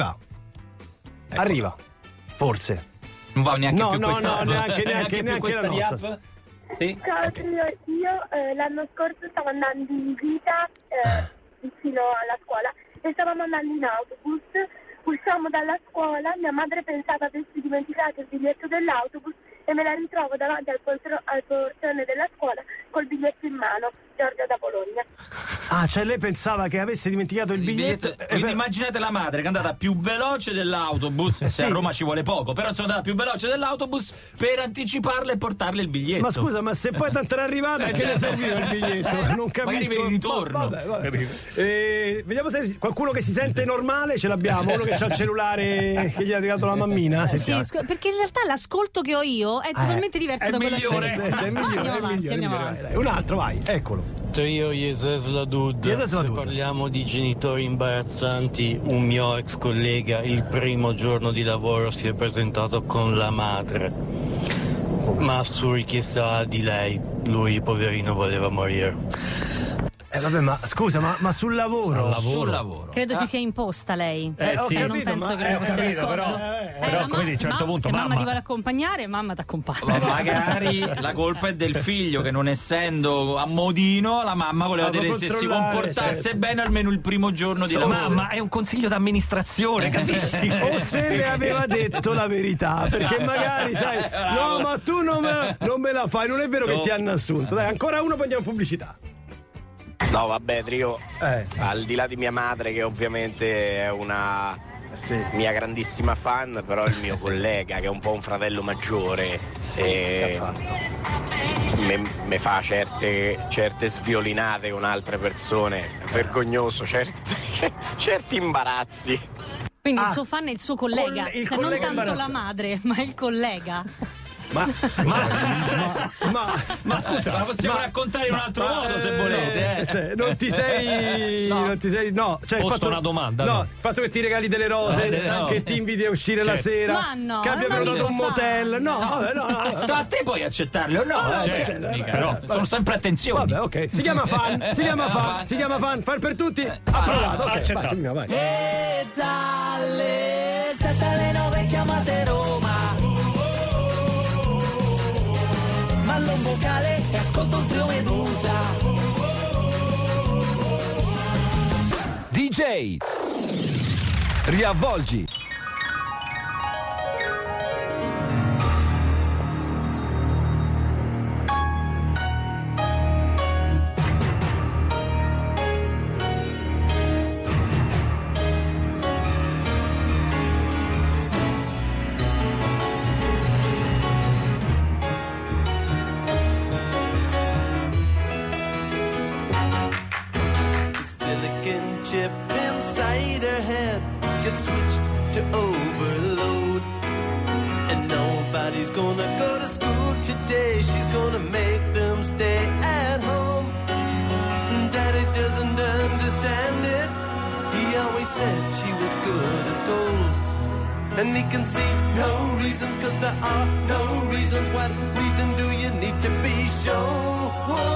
Ecco. Arriva, forse. Non va neanche più questa. No, neanche la nostra. Sì? Ciao, io l'anno scorso stavo andando in gita vicino alla scuola e stavamo andando in autobus Usciamo dalla scuola, mia madre pensava avessi dimenticato il biglietto dell'autobus e me la ritrovo davanti al portone della scuola col biglietto in mano. Giorgia da Bologna. Ah, cioè lei pensava che avesse dimenticato il biglietto. Quindi immaginate la madre che è andata più veloce dell'autobus, se a Roma ci vuole poco, però sono andata più veloce dell'autobus per anticiparle e portarle il biglietto. Ma scusa, ma se poi tanto era arrivata, che ne serviva il biglietto? Non capisco. Magari per il ritorno. Vabbè. Vediamo se qualcuno che si sente normale ce l'abbiamo, uno che ha il cellulare che gli ha arrivato la mammina. Sì, perché in realtà l'ascolto che ho io è totalmente diverso da quello che c'è. Andiamo avanti. Un altro, vai, eccolo. Io Yeses Ladud. Se parliamo di genitori imbarazzanti, un mio ex collega il primo giorno di lavoro si è presentato con la madre, ma su richiesta di lei. Lui, poverino, voleva morire. Vabbè, ma scusa, ma sul lavoro? Sul lavoro. Credo si sia imposta lei. Sì, non penso che fosse d'accordo. Però come dice a un certo punto, se mamma ti vuole accompagnare, mamma ti accompagna. Magari la colpa è del figlio che, non essendo a modino, la mamma voleva vedere se si comportasse bene almeno il primo giorno di lavoro. Mamma, è un consiglio d'amministrazione, capisci? O se le aveva detto la verità, perché magari sai, no, ma tu non me la fai, non è vero che ti hanno assunto. Dai, ancora uno, poi andiamo in pubblicità. No, vabbè, Trio, al di là di mia madre, che ovviamente è una mia grandissima fan, però il mio collega, che è un po' un fratello maggiore, me fa certe sviolinate con altre persone, è vergognoso, certi imbarazzi. Quindi il suo fan è il suo collega, non tanto la madre, ma il collega. Ma scusa, la possiamo raccontare in un altro modo se volete. Cioè, non ti sei. Cioè, posto una domanda. No, il fatto che ti regali delle rose, che ti inviti a uscire la sera, ma no, che abbia prenotato un motel. No. Sta a te poi accettarle o no? Però sono sempre attenzioni. Vabbè, ok. Si chiama fan. Fan per tutti. Approvato. Ok, vai. E dalle 7 alle 9 chiamate Roma. Un vocale e ascolto il Trio Medusa. DJ riavvolgi. And he can see no reasons, cause there are no reasons. What reason do you need to be shown?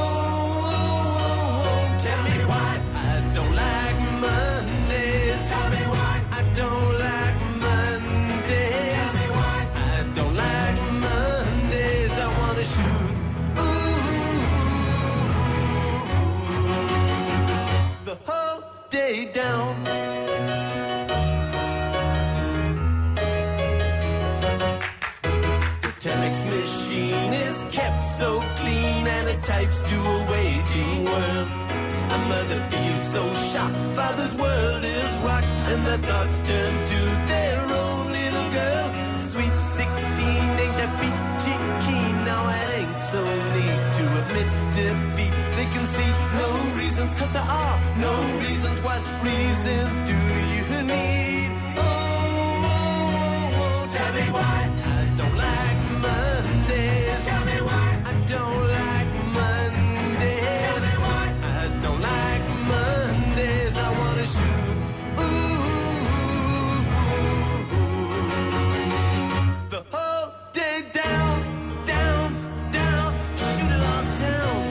Tell me why I don't like Mondays. Tell me why I don't like Mondays. Tell me why I don't like Mondays. I wanna shoot the whole day down. Telex machine is kept so clean and it types to a waging world. A mother feels so shocked, father's world is rocked, and the thoughts turn to their own little girl. Sweet 16 ain't a peachy keen, now it ain't so neat to admit defeat. They can see no reasons, cause there are no reasons. What reasons do you need? Oh, tell me why I don't like Mondays. Tell me why I don't like Mondays. Tell me why I don't like Mondays. I wanna shoot the whole day down, down, down. Shoot it all down.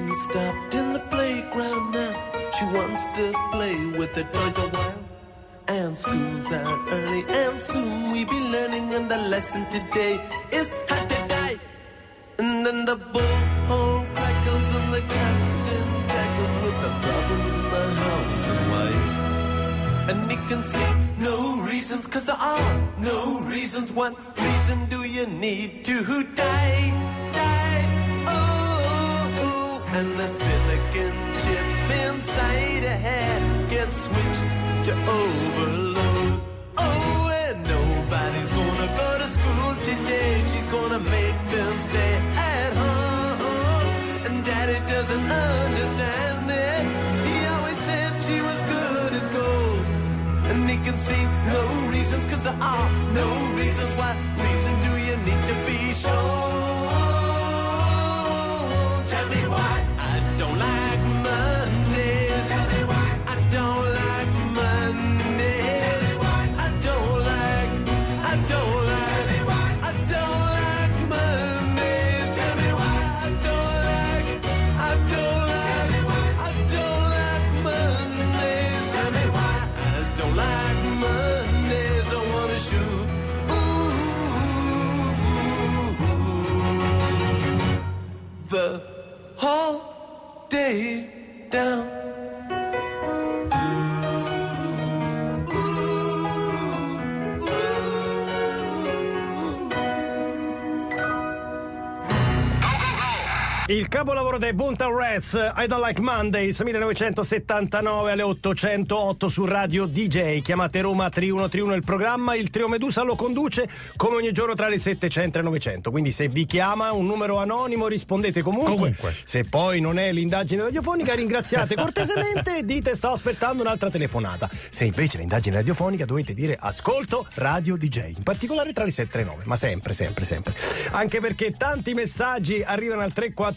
Stopped in the playground now. She wants to play with the toys a while. and school's out early, and soon we be learning, and the lesson today is how to die. And then the bullhorn crackles and the captain tackles with the problems in the house and wife. And he can see no reasons, 'cause there are no reasons. What reason do you need to die? Die, oh. And the silicon chip inside a head gets switched to overload. Oh, and nobody's gonna go to school today. She's gonna make them stay at home. And Daddy doesn't understand it. He always said she was good as gold. And he can see no reasons, 'cause there are no reasons. What reason do you need to be sure? Tell me why I don't like Mondays. Tell me why I don't like Mondays. Tell me why I don't like Tell me why I don't like Mondays. Tell me why I don't like Tell me why I don't like Mondays. Tell me why I don't like Mondays. I wanna shoot. The whole day down. Il capolavoro dei Boomtown Rats, I Don't Like Mondays, 1979 alle 808 su Radio DJ. Chiamate Roma 3131 il programma, il trio Medusa lo conduce come ogni giorno tra le 700 e 900. Quindi se vi chiama un numero anonimo rispondete comunque. Se poi non è l'indagine radiofonica ringraziate cortesemente e dite sto aspettando un'altra telefonata. Se invece l'indagine radiofonica dovete dire ascolto Radio DJ, in particolare tra le 7 e le 9, ma sempre. Anche perché tanti messaggi arrivano al 342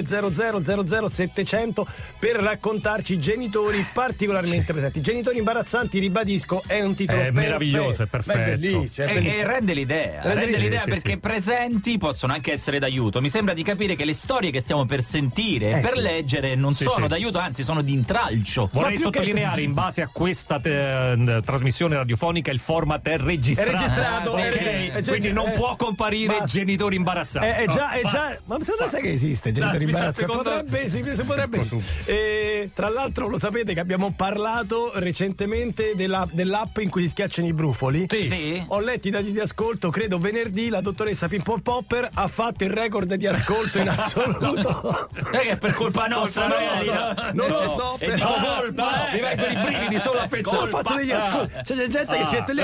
00 700 per raccontarci genitori particolarmente presenti. Genitori imbarazzanti, ribadisco, è un titolo meraviglioso, è perfetto. Bellissimo. E rende l'idea perché sì. Presenti possono anche essere d'aiuto. Mi sembra di capire che le storie che stiamo per sentire per leggere non sono d'aiuto, anzi sono di intralcio. Vorrei sottolineare in base a questa trasmissione radiofonica il format è registrato. Quindi non può comparire genitori imbarazzati. È già ma secondo me sai che esiste genitori imbarazzati? Potrebbe. Tra l'altro lo sapete che abbiamo parlato recentemente dell'app in cui si schiacciano i brufoli? Sì. Ho letto i dati di ascolto, credo venerdì la dottoressa Pimple Popper ha fatto il record di ascolto in assoluto. È per colpa nostra, non lo so. E dico colpa, mi vengono i brividi solo a pensare. Ho fatto degli ascolti. C'è gente che si mette lì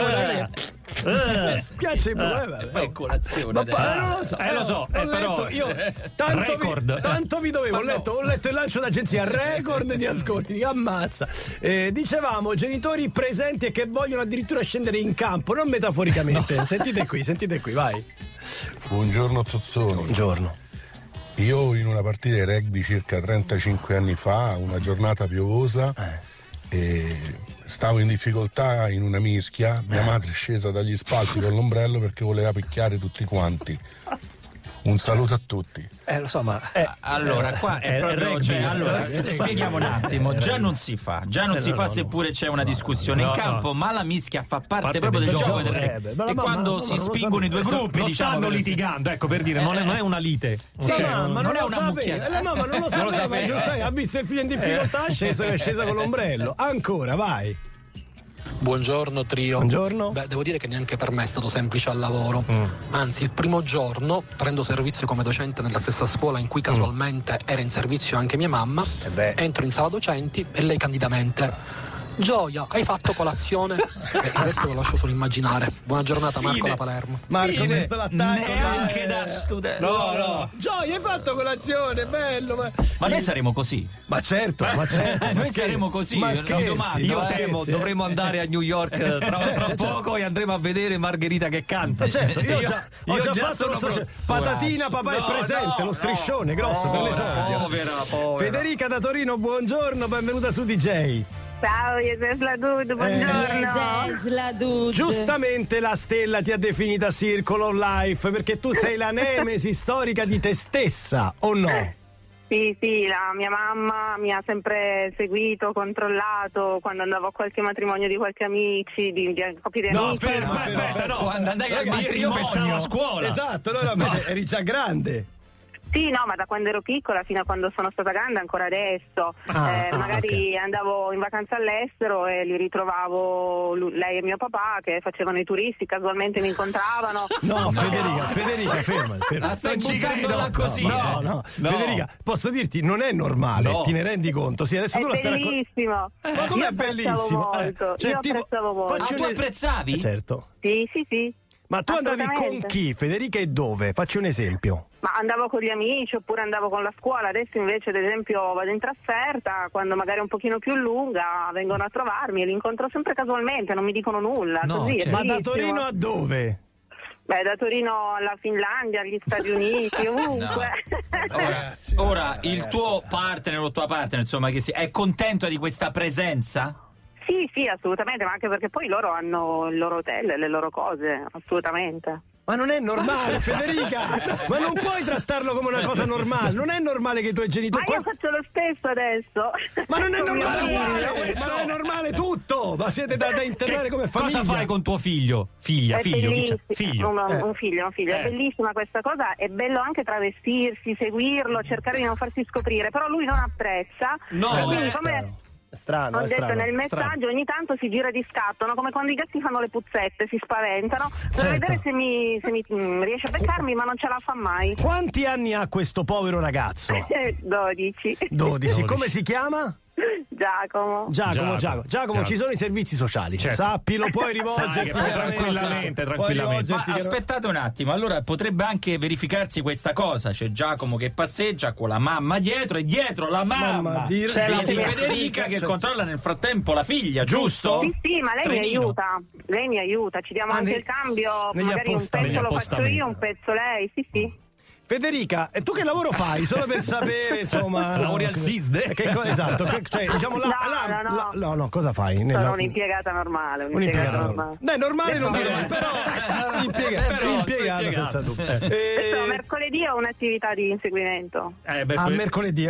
schiaccia i brufoli. Poi colazione. Lo so. Però io tanto vi dovevo. Ho letto il lancio d'agenzia, record di ascolti. Che ammazza. Dicevamo genitori presenti e che vogliono addirittura scendere in campo, non metaforicamente. Sentite qui, vai. Buongiorno Zozzoni. Buongiorno. Io in una partita di rugby circa 35 anni fa, una giornata piovosa, e stavo in difficoltà in una mischia, mia madre è scesa dagli spalti con l'ombrello perché voleva picchiare tutti quanti. Un saluto a tutti. Lo so, ma allora qua è proprio spieghiamo un attimo. Già non si fa, seppure c'è una discussione in campo, ma la mischia fa parte proprio del gioco del rugby. E quando si spingono i due gruppi, non stanno litigando, ecco, per dire, non è una lite. Ma non è una mucchiata. La mamma non lo sapeva, giusto? Ha visto il figlio in difficoltà, è scesa con l'ombrello. Ancora, vai. Buongiorno trio. Buongiorno. Devo dire che neanche per me è stato semplice al lavoro. Anzi, il primo giorno prendo servizio come docente nella stessa scuola in cui casualmente era in servizio anche mia mamma. Entro in sala docenti e lei candidamente: Gioia, hai fatto colazione? Il resto lo lascio solo immaginare. Buona giornata, Marco da Palermo. Marco, questo l'attacco neanche da studente. No. Gioia, hai fatto colazione, bello. Ma noi saremo così. Ma certo. Noi saremo così. Domani. Io temo, dovremo andare a New York tra poco e andremo a vedere Margherita che canta. Certo, io ho già fatto patatina, papà è presente, lo striscione grosso per l'esordio. Povera. Federica da Torino, buongiorno, benvenuta su DJ. Ciao, Jesesla Dude, buongiorno. Giustamente la stella ti ha definita Circle of Life perché tu sei la nemesi storica di te stessa, o no? Sì, la mia mamma mi ha sempre seguito, controllato quando andavo a qualche matrimonio di qualche amici, di coppie di amici. Aspetta, no. Quando andai al matrimonio, io pensavo a scuola. Esatto, no, invece eri già grande. Sì, no, ma da quando ero piccola fino a quando sono stata grande, ancora adesso. Magari andavo in vacanza all'estero e li ritrovavo lei e mio papà che facevano i turisti, casualmente mi incontravano. No, Federica, ferma. La stai buttando così. No. Federica, posso dirti, non è normale, ti ne rendi conto? Sì, adesso è tu lo stai bellissimo. Ma com'è bellissimo? Io apprezzavo molto. Tu apprezzavi? Certo. Sì. Ma tu andavi con chi, Federica, e dove? Facci un esempio. Ma andavo con gli amici oppure andavo con la scuola. Adesso invece, ad esempio, vado in trasferta, quando magari è un pochino più lunga vengono a trovarmi e li incontro sempre casualmente, non mi dicono nulla. Così, Ma da Torino a dove? Beh, da Torino alla Finlandia, agli Stati Uniti, ovunque. Ora, il tuo partner o tua partner, insomma, che è contento di questa presenza? Sì, assolutamente, ma anche perché poi loro hanno il loro hotel, le loro cose, assolutamente. Ma non è normale, Federica! Ma non puoi trattarlo come una cosa normale. Non è normale che i tuoi genitori. Ma io faccio lo stesso adesso. Ma non è normale uguale! Ma non è normale tutto! Ma siete da internare come famiglia. Cosa fai con tuo figlio? Figlio. Un figlio. È bellissima questa cosa. È bello anche travestirsi, seguirlo, cercare di non farsi scoprire. Però lui non apprezza. Quindi come. Strano, ho detto nel messaggio, ogni tanto si gira di scatto, no? Come quando i gatti fanno le puzzette, si spaventano. Per vedere se mi riesce a beccarmi, ma non ce la fa mai. Quanti anni ha questo povero ragazzo? 12. Come si chiama? Giacomo, ci sono i servizi sociali. Certo. Sappilo, puoi rivolgerti tranquillamente. Ma aspettate un attimo, allora potrebbe anche verificarsi questa cosa. C'è Giacomo che passeggia con la mamma dietro e dietro la mamma c'è la Federica che controlla nel frattempo la figlia, giusto? Sì, ma lei mi aiuta, ci diamo anche il cambio, magari un pezzo lo faccio io, un pezzo lei, sì. Federica, e tu che lavoro fai? Solo per sapere, insomma. Lavori al SISDE? Esatto, cioè, diciamo no, cosa fai? Sono un'impiegata normale. Dai, normale non direi, però impiegata senza dubbio. Mercoledì ho un'attività di inseguimento. Mercoledì,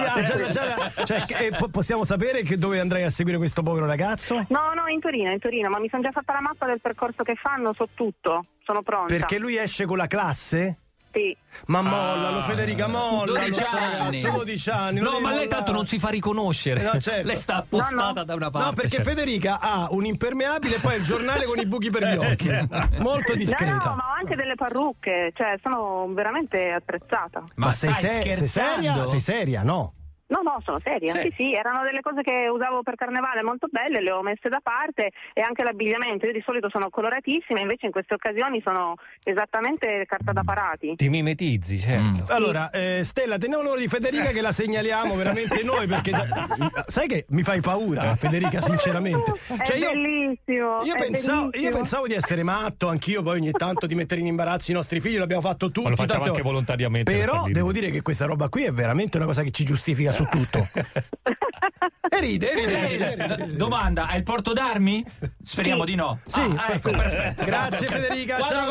possiamo sapere dove andrai a seguire questo povero ragazzo? No, in Torino, ma mi sono già fatta la mappa del percorso che fanno, so tutto, sono pronta. Perché lui esce con la classe? Sì. Ma mollalo, Federica, mollalo. 12 anni. No, ma lei tanto non si fa riconoscere. No, certo. Lei sta appostata da una parte. No, perché Federica ha un impermeabile e poi il giornale con i buchi per gli occhi. Molto discreta. No, ma ho anche delle parrucche, cioè sono veramente attrezzata. Ma sei seria? Sei seria, no? No, sono seria. Sì, erano delle cose che usavo per carnevale molto belle, le ho messe da parte, e anche l'abbigliamento. Io di solito sono coloratissima, invece in queste occasioni sono esattamente carta da parati. Ti mimetizzi, certo. Allora, Stella, teniamo il numero di Federica che la segnaliamo veramente noi, perché sai che mi fai paura, Federica, sinceramente. Cioè, bellissimo. Io pensavo di essere matto, anch'io, poi ogni tanto di mettere in imbarazzo i nostri figli, l'abbiamo fatto tutti. Ma lo facciamo anche volontariamente. Però devo dire che questa roba qui è veramente una cosa che ci giustifica su tutto. E ride. Domanda, hai il porto d'armi? Speriamo di no. Sì, perfetto. Grazie Federica. Ciao,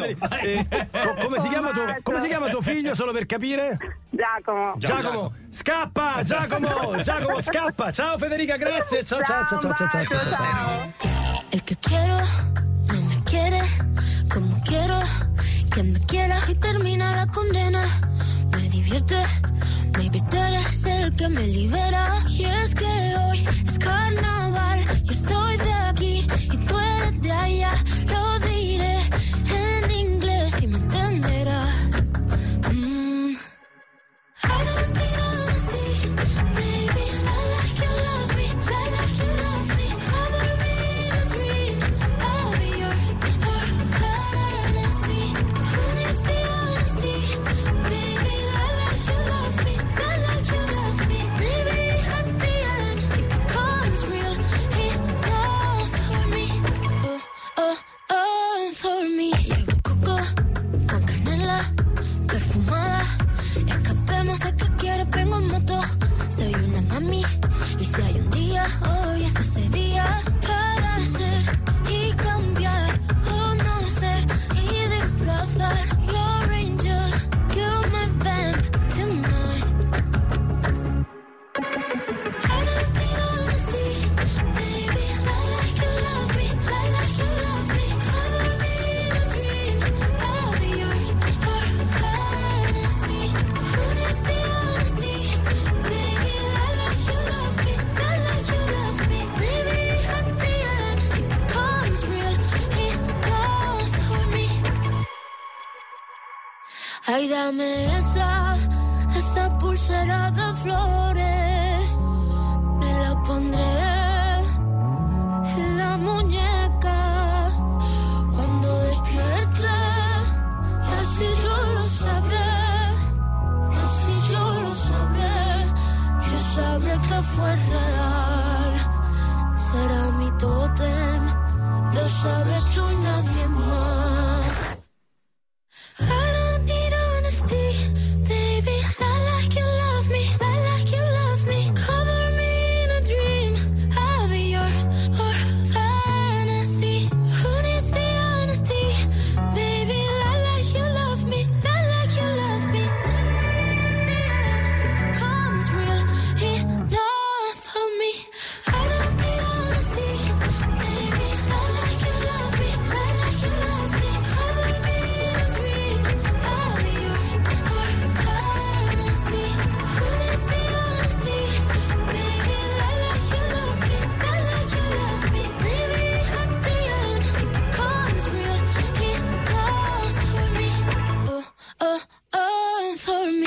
come si chiama tuo figlio, solo per capire? Giacomo. Scappa, Giacomo, scappa. Ciao Federica, grazie. Ciao. El que quiero no me quiere como quiero que me quiera y termina la condena. Me divierte, maybe tú eres el que me libera. Y es que hoy es carnaval, yo soy de aquí y tú eres de allá. Lo diré en inglés y me entenderás. I don't need honesty, baby, I like you love me, I like you love me. Cover me in a dream, I'll be yours for honesty. Who needs the honesty, baby, I like you love me, I like you love me. Maybe at the end it becomes real enough for me. Oh. Ay, dame esa pulsera de flores, me la pondré en la muñeca cuando despierte, así yo lo sabré, así yo lo sabré, yo sabré que fue real, será mi tótem, lo sabes tú y nadie más. I don't need honesty, baby. I like you love me, I like you love me. Cover me in a dream, I'll be yours or fantasy. Who needs the honesty, baby? I like you love me, I like you love me. It becomes real enough for me. I don't need honesty, baby. I like you love me, I like you love me. Cover me in a dream, I'll be yours or fantasy. Who needs the honesty, baby? I like you love me, I like you love me. Maybe at the end it becomes real enough for me. For me.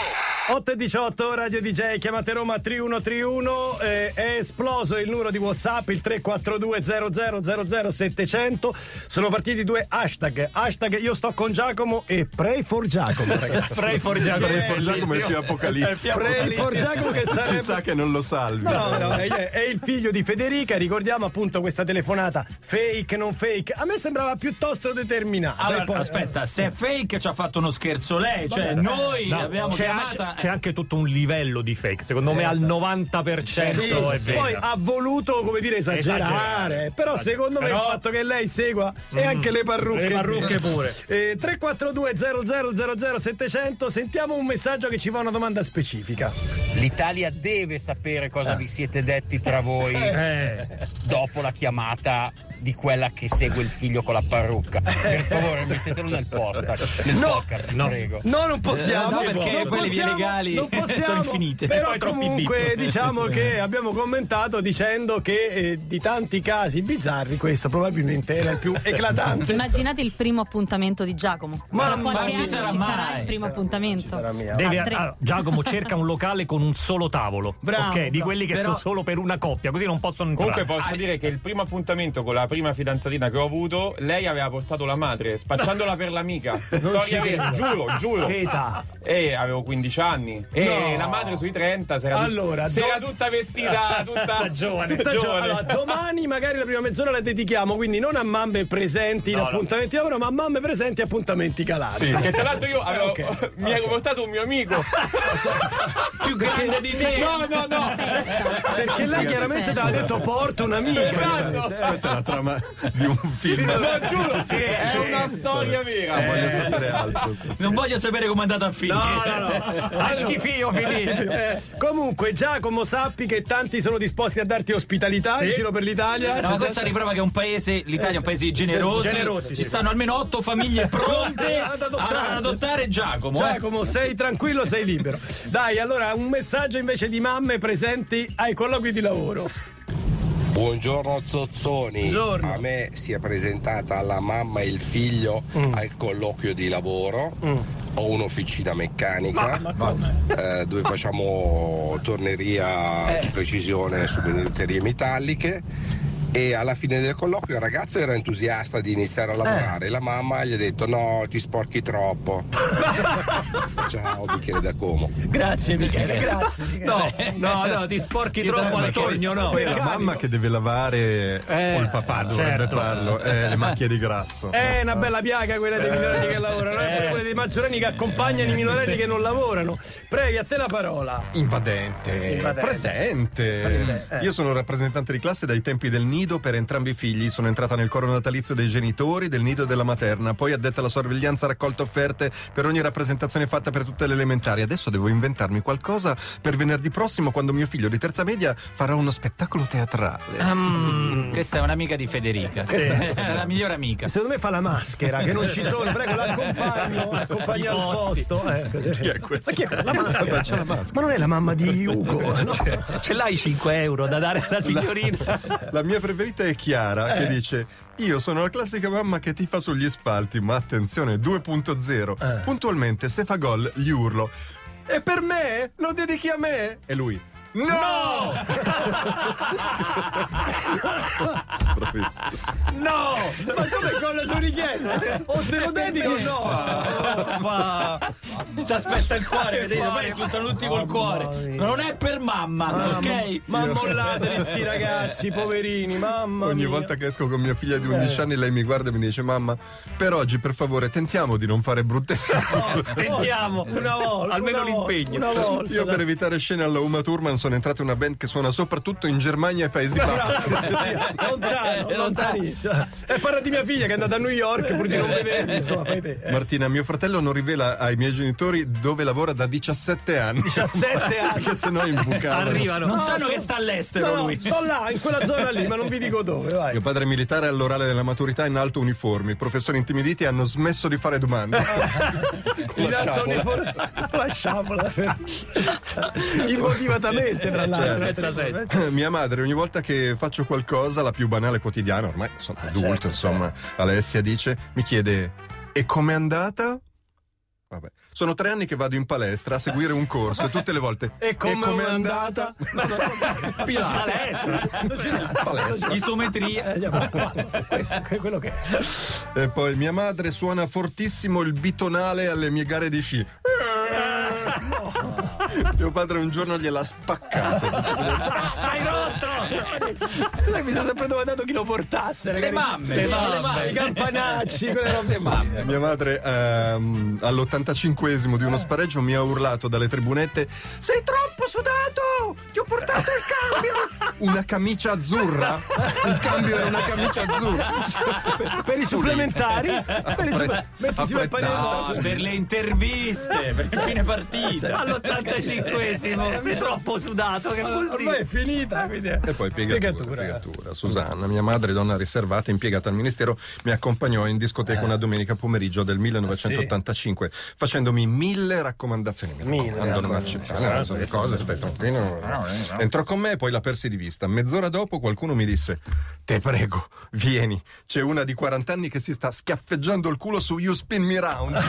8:18, Radio DJ, chiamate Roma 3131, è esploso il numero di WhatsApp, il 342 00 700. Sono partiti due hashtag io sto con Giacomo e Pray for Giacomo, ragazzi. Pray for Giacomo è il più apocalittico. Pray for Giacomo, che sarebbe... Si sa che non lo salvi. No, è il figlio di Federica, ricordiamo appunto questa telefonata fake, non fake. A me sembrava piuttosto determinata. Allora, poi, aspetta, se è fake ci ha fatto uno scherzo lei, cioè noi l'abbiamo chiamata... C'è anche tutto un livello di fake, secondo me al 90% sì, è vero. Poi ha voluto, come dire, esagerare. Però secondo me il fatto che lei segua e anche le parrucche pure. 342 00 700, sentiamo un messaggio che ci fa una domanda specifica. L'Italia deve sapere cosa vi siete detti tra voi dopo la chiamata di quella che segue il figlio con la parrucca. Per favore, mettetelo nel podcast, nel podcast, prego. No, non possiamo. No, perché non quelle vie legali sono infinite. Però comunque diciamo che abbiamo commentato dicendo che di tanti casi bizzarri questo probabilmente era il più eclatante. Immaginate il primo appuntamento di Giacomo. Ma ci sarà il primo appuntamento. Giacomo cerca un locale con un solo tavolo. Bravo, ok, di quelli che sono solo per una coppia, così non possono entrare. Comunque posso dire che il primo appuntamento con la prima fidanzatina che ho avuto, lei aveva portato la madre spacciandola per l'amica. Storia vera, giuro. Che età? Avevo 15 anni. E la madre sui 30 si era tutta vestita, tutta giovane. Allora, domani magari la prima mezz'ora la dedichiamo, quindi non a mamme presenti in appuntamenti di lavoro, ma a mamme presenti appuntamenti calati. Sì, che tra l'altro io mi ero portato un mio amico più grande di te. No. Perché lei chiaramente ci ha detto porta un'amica. Esatto. Questa è la trama di un film. No, giuro, è una storia vera. Voglio sapere altro. Non voglio sapere come è andata a finire. No. A schifio finito. Comunque, Giacomo, sappi che tanti sono disposti a darti ospitalità in giro per l'Italia. No, questa riprova che è un paese, l'Italia è un paese generosi. Ci stanno almeno 8 famiglie pronte ad adottare Giacomo. Giacomo, sei tranquillo, sei libero. Dai, allora un messaggio invece di mamme presenti ai colloqui di lavoro. Buongiorno Zozzoni. Buongiorno. A me si è presentata la mamma e il figlio al colloquio di lavoro. Ho un'officina meccanica dove facciamo torneria di precisione su minuterie metalliche. E alla fine del colloquio il ragazzo era entusiasta di iniziare a lavorare. La mamma gli ha detto: no, ti sporchi troppo. Ciao, Michele da Como. Grazie Michele, grazie. No, ti sporchi troppo al tornio, no. Poi la mamma che deve lavare o il papà dovrebbe farlo, le macchie di grasso. È una bella piaga quella dei minorenni che lavorano, quella dei maggiorenni che accompagnano i minorenni che non lavorano. Prego, a te la parola. Invadente. Presente. Io sono rappresentante di classe dai tempi del nido per entrambi i figli. Sono entrata nel coro natalizio dei genitori, del nido e della materna, poi addetta alla sorveglianza, raccolta offerte per ogni rappresentazione fatta per tutte le elementari. Adesso devo inventarmi qualcosa per venerdì prossimo, quando mio figlio di terza media farà uno spettacolo teatrale. Questa è un'amica di Federica, la migliore amica. Secondo me fa la maschera, che non ci sono. Prego, l'accompagno al posto. Chi è questa? Ma chi è la maschera? C'è la maschera. Ma non è la mamma di Ugo? No? Ce l'hai 5 euro da dare alla signorina? La mia previsione Margherita e Chiara che dice: io sono la classica mamma che tifa sugli spalti, ma attenzione, 2.0. Puntualmente, se fa gol, gli urlo: e per me? Lo dedichi a me? E lui: no! No! Ma come gol su richiesta? O te lo dedico o no? Si aspetta il cuore, vedete? Poi risultano tutti col cuore. Ma non è per mamma, ok? Ma mollateli sti ragazzi, poverini, mamma Ogni mia. volta che esco con mia figlia di 11 anni, lei mi guarda e mi dice: mamma, per oggi per favore tentiamo di non fare brutte cose. Tentiamo, una volta. Almeno una l'impegno. Una volta. Io per evitare scene alla Uma Thurman sono entrato in una band che suona soprattutto in Germania e Paesi Bassi. Lontano, lontanissimo. E parla di mia figlia che è andata a New York pur di non vedermi, insomma, fai te. Martina, mio fratello non rivela ai miei genitori dove lavora da 17 anni. 17 anni? Che se no imbucavano. Arrivano. Non sanno che sta all'estero No, lui. sto là, in quella zona lì, ma non vi dico dove, vai. Mio padre è militare all'orale della maturità in alto uniformi. I professori intimiditi hanno smesso di fare domande. In alto uniforme. Lasciamola. Immotivatamente, tra l'altro. Mia madre, ogni volta che faccio qualcosa, la più banale quotidiana, ormai sono adulto, certo, insomma, Alessia dice, mi chiede: e com'è andata? Vabbè. Sono 3 anni che vado in palestra a seguire un corso e tutte le volte: E com'è andata? Palestra. Isometria. Quello che è. E poi mia madre suona fortissimo il bitonale alle mie gare di sci. Mio padre un giorno gliel'ha spaccato. Hai rotto! Cosa mi sono sempre domandato chi lo portasse? Le mamme. I campanacci, quelle robe mamme. Mia madre all'85esimo di uno spareggio mi ha urlato dalle tribunette: sei troppo sudato! Ti ho portato il cambio! Una camicia azzurra? Il cambio era una camicia azzurra. Per i supplementari? Mettisi il panino. Per le interviste, per fine partita. All'85esimo, sei troppo sudato, che vuol Ormai dire? è finita, quindi. E poi piegatura. Susanna, mia madre, donna riservata, impiegata al ministero, mi accompagnò in discoteca una domenica pomeriggio del 1985, facendomi 1000 raccomandazioni. Mi raccomando, non accettare le cose, stai tranquillo. Entrò con me e poi la persi di vista. Mezz'ora dopo qualcuno mi disse: te prego, vieni, c'è una di 40 anni che si sta schiaffeggiando il culo su You Spin Me Round.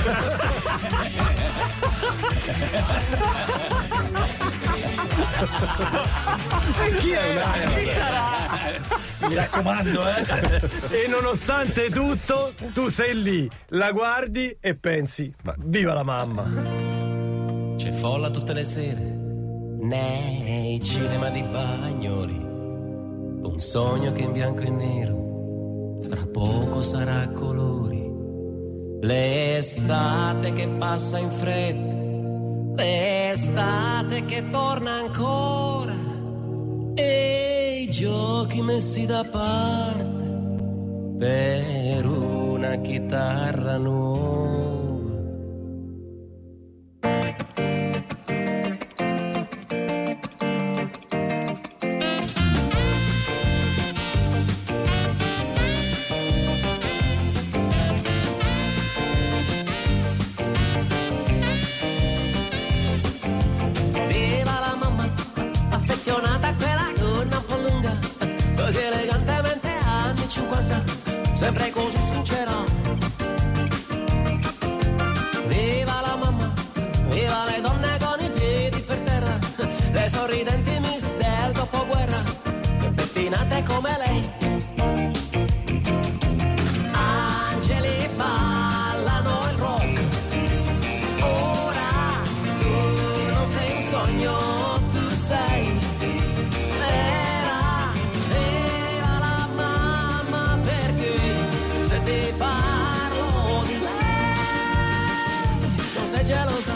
Chi è? Chi sarà? Mi raccomando, E nonostante tutto, tu sei lì, la guardi e pensi: viva la mamma. C'è folla tutte le sere nei cinema di Bagnoli, un sogno che in bianco e nero tra poco sarà a colori. L'estate che passa in fretta, l'estate che torna ancora, e i giochi messi da parte per una chitarra nuova. Sempre così sincera. Viva la mamma, viva le donne con i piedi per terra, le sorridenti miss del dopoguerra, pettinate come lei. Angeli ballano il rock. Ora tu non sei un sogno, tu sei parlo di lei, non sei gelosa.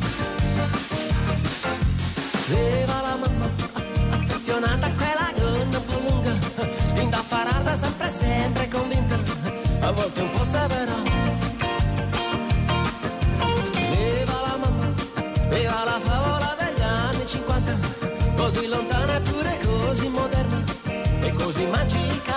Viva la mamma, affezionata a quella gonna un po' lunga, indaffarata sempre convinta, a volte un po' severa. Viva la mamma, viva la favola degli anni 50, così lontana eppure così moderna e così magica.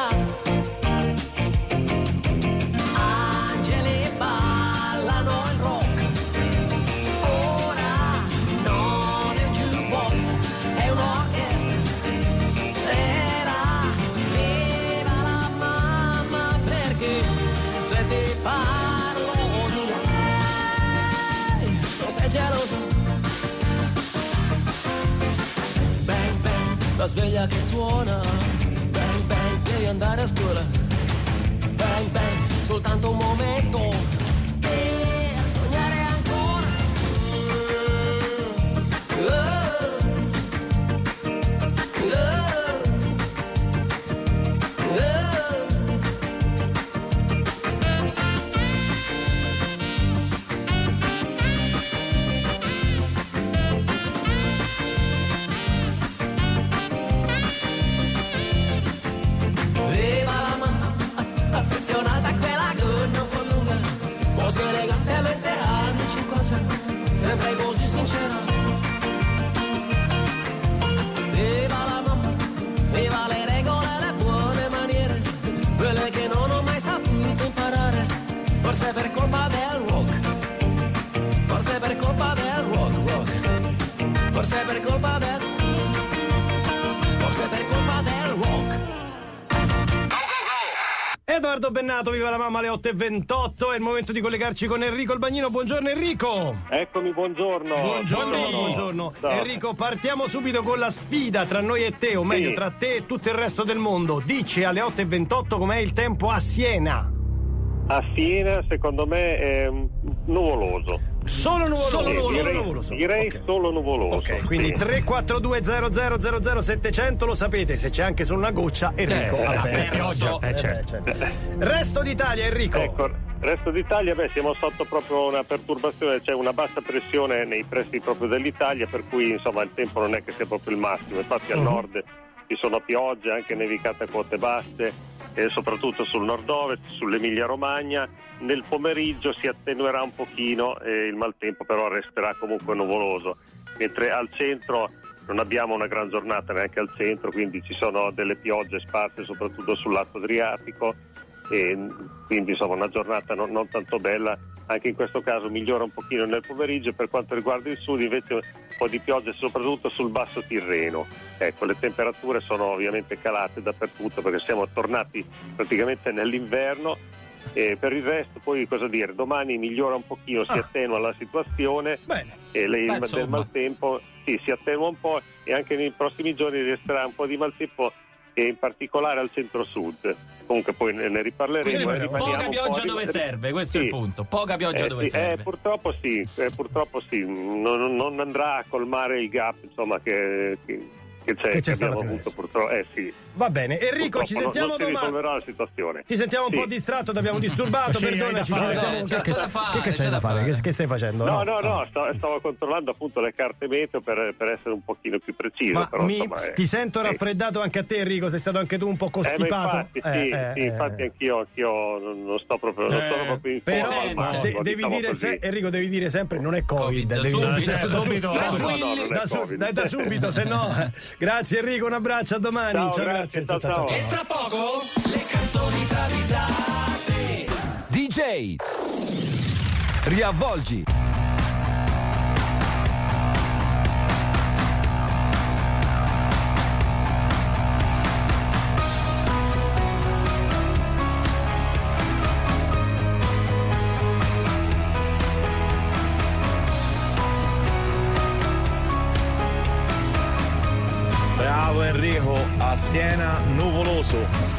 la sveglia che suona, bang bang, devi andare a scuola, bang bang, soltanto un momento per sognare ancora. Viva la mamma, affezionata a quella gonna un po' lunga, cose elegantemente anni 50, sempre così sincera. Viva la mamma, viva le regole e le buone maniere, quelle che non ho mai saputo imparare, forse per colpa del rock, forse per colpa del rock, forse per colpa del, forse per colpa del rock. Edoardo Bennato, viva la mamma, alle 8:28, è il momento di collegarci con Enrico il Bagnino. Buongiorno Enrico. Eccomi, buongiorno. Buongiorno. Ciao. Enrico, partiamo subito con la sfida tra noi e te, o meglio tra te e tutto il resto del mondo. Dici alle 8:28 com'è il tempo a Siena. A Siena secondo me è nuvoloso. Solo nuvoloso. Direi okay. Solo nuvoloso. Ok, quindi 342 00 700, lo sapete, se c'è anche solo una goccia, Enrico certo. Resto d'Italia, Enrico. Ecco, resto d'Italia, siamo sotto proprio una perturbazione, c'è una bassa pressione nei pressi proprio dell'Italia, per cui insomma il tempo non è che sia proprio il massimo. Infatti al nord ci sono piogge, anche nevicate a quote basse, soprattutto sul nord-ovest, sull'Emilia Romagna. Nel pomeriggio si attenuerà un pochino, il maltempo però resterà comunque nuvoloso, mentre al centro non abbiamo una gran giornata neanche al centro, quindi ci sono delle piogge sparse soprattutto sul lato Adriatico, e quindi insomma una giornata non tanto bella. Anche in questo caso migliora un pochino nel pomeriggio. Per quanto riguarda il sud invece un po' di piogge soprattutto sul basso Tirreno. Ecco, le temperature sono ovviamente calate dappertutto perché siamo tornati praticamente nell'inverno. E per il resto poi cosa dire, domani migliora un pochino, si attenua la situazione. Bene. E del maltempo si attenua un po', e anche nei prossimi giorni resterà un po' di maltempo, e in particolare al centro-sud. Comunque poi ne riparleremo. Poca pioggia dove serve, questo è il punto. Poca pioggia dove serve. Purtroppo sì. Non andrà a colmare il gap, insomma, che abbiamo avuto purtroppo. Sì. Va bene, Enrico, purtroppo ci sentiamo non domani. Si risolverà la situazione. Ti sentiamo un po' distratto, ti abbiamo disturbato, perdonaci. Che c'hai da fare? Che stai facendo? No, stavo controllando appunto le carte meteo per essere un pochino più preciso. Ma però, ti sento raffreddato anche a te, Enrico, sei stato anche tu un po' costipato. Infatti anch'io non sto proprio in forma. Devi dire Enrico, devi dire sempre non è Covid. Da subito, se no. Grazie Enrico, un abbraccio, a domani. Ciao, grazie. Ciao. E tra poco le canzoni travisate. DJ Riavvolgi. Bravo Enrico, a Siena nuvoloso.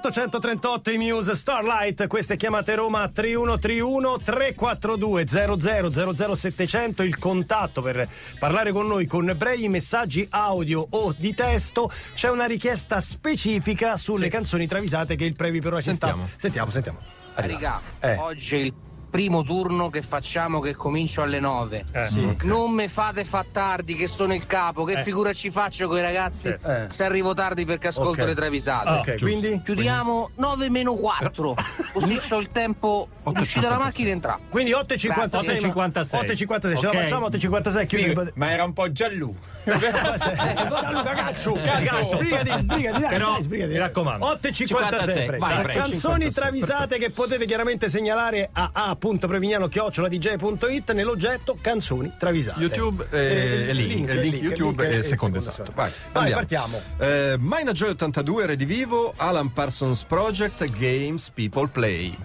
838 i Muse Starlight, queste chiamate Roma 3131 342 00 700, il contatto per parlare con noi con brevi messaggi audio o di testo. C'è una richiesta specifica sulle canzoni travisate che il Previ però ci sta. Sentiamo. Raga, oggi è il primo turno che facciamo, che comincio alle 9. Non me fate fa tardi, che sono il capo, che figura ci faccio con i ragazzi se arrivo tardi perché ascolto le travisate. Quindi chiudiamo 9 meno 4, così c'ho il tempo di uscire dalla macchina e entrare. Quindi 8.56 ce la facciamo. 8.56 sì, ma era un po' Gianlu. Gianluca cazzo, sbrigati, mi raccomando. 8.56 canzoni travisate che potete chiaramente segnalare a @prevignano@dj.it nell'oggetto canzoni travisate. YouTube e link YouTube e secondo esatto. Vai, partiamo. Mina Joy 82, Redivivo, Alan Parsons Project, Games People Play.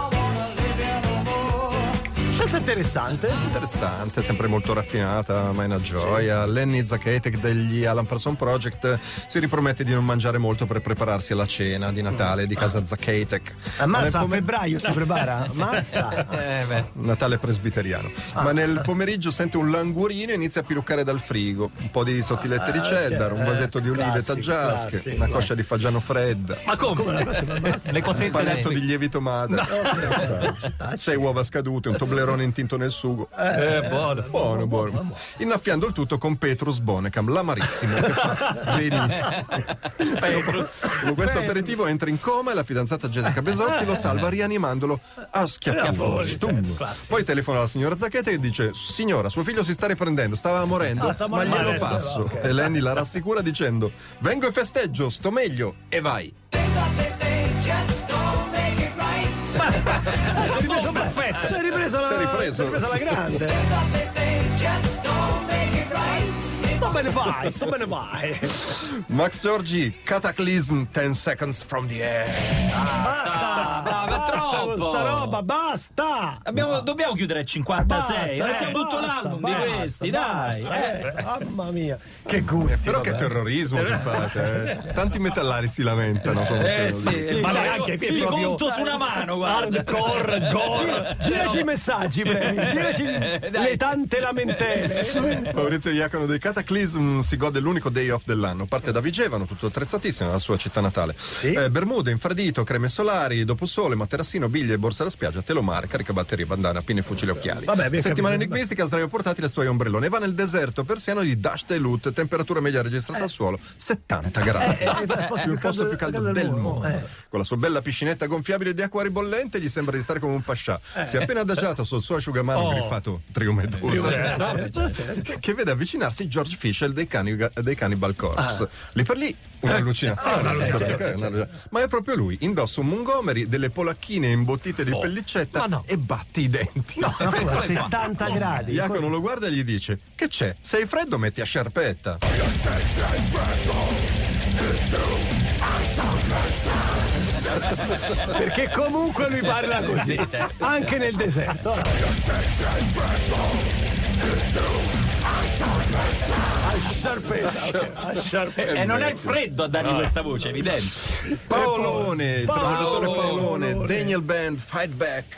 Scelta interessante, sempre molto raffinata. Mina Joy, Lenny Zaketek degli Alan Parsons Project si ripromette di non mangiare molto per prepararsi alla cena di Natale di casa Zaketek. Ammazza, a febbraio si prepara? Ammazza. Natale presbiteriano. Ma nel pomeriggio sente un languorino e inizia a piluccare dal frigo. Un po' di sottilette di cheddar, un vasetto di olive taggiasche, una coscia di fagiano fredda. Ma come? Le cosette, un paletto di lievito madre, 6 uova scadute, un toblerone intinto nel sugo. Buono. Innaffiando il tutto con Petrus Bonekam, l'amarissimo, che fa benissimo. Con questo aperitivo entra in coma e la fidanzata Jessica Besozzi lo salva rianimandolo a schiaffoni. Poi telefona alla signora Zacchetta e dice: signora, suo figlio si sta riprendendo, stava morendo, ma glielo passo. E Lenny la rassicura dicendo: vengo e festeggio, sto meglio, e vai. Si è ripreso la grande. Sto bene vai. Max Giorgi, Cataclysm, 10 Seconds from the Air. Basta, troppo. Sta roba, basta. Dobbiamo chiudere a 56. Mettiamo tutto l'album di questi, dai. Mamma mia, che gusti. Però che terrorismo che fate. Tanti metallari si lamentano. Ma anche qui conto su una mano, guarda. Hardcore. Giraci i messaggi, Previ. Giraci le tante lamentele. Maurizio Iacono dei Cataclysm si gode l'unico day off dell'anno. Parte da Vigevano, tutto attrezzatissimo, la sua città natale. Bermude, infradito, creme solari, dopo sole, materassino, biglie, borsa da spiaggia, telomare, caricabatterie, bandana, pinne, fucili, occhiali. Settimana enigmistica, sdraio portatile, stuoi ombrellone. Va nel deserto persiano di Dasht e Lut, temperatura media registrata al suolo 70 gradi. Il posto più caldo del mondo. Con la sua bella piscinetta gonfiabile di acqua ribollente gli sembra di stare come un pascià. Si è appena adagiato sul suo asciugamano griffato Trio Medusa, che vede avvicinarsi George Fischel dei Cannibal Corpse. Lì per lì un'allucinazione. Ma è proprio lui. Indossa un Montgomery, delle polacchine imbottite di pellicetta e batti i denti. 70 gradi. Iacono lo guarda e gli dice: che c'è? Sei freddo? Metti a sciarpetta. Perché comunque lui parla così, anche nel deserto. A sciarpetta. E non è il freddo a dargli questa voce, evidente. Paolone, il travisatore Paolone, Daniel Band, Fight Back.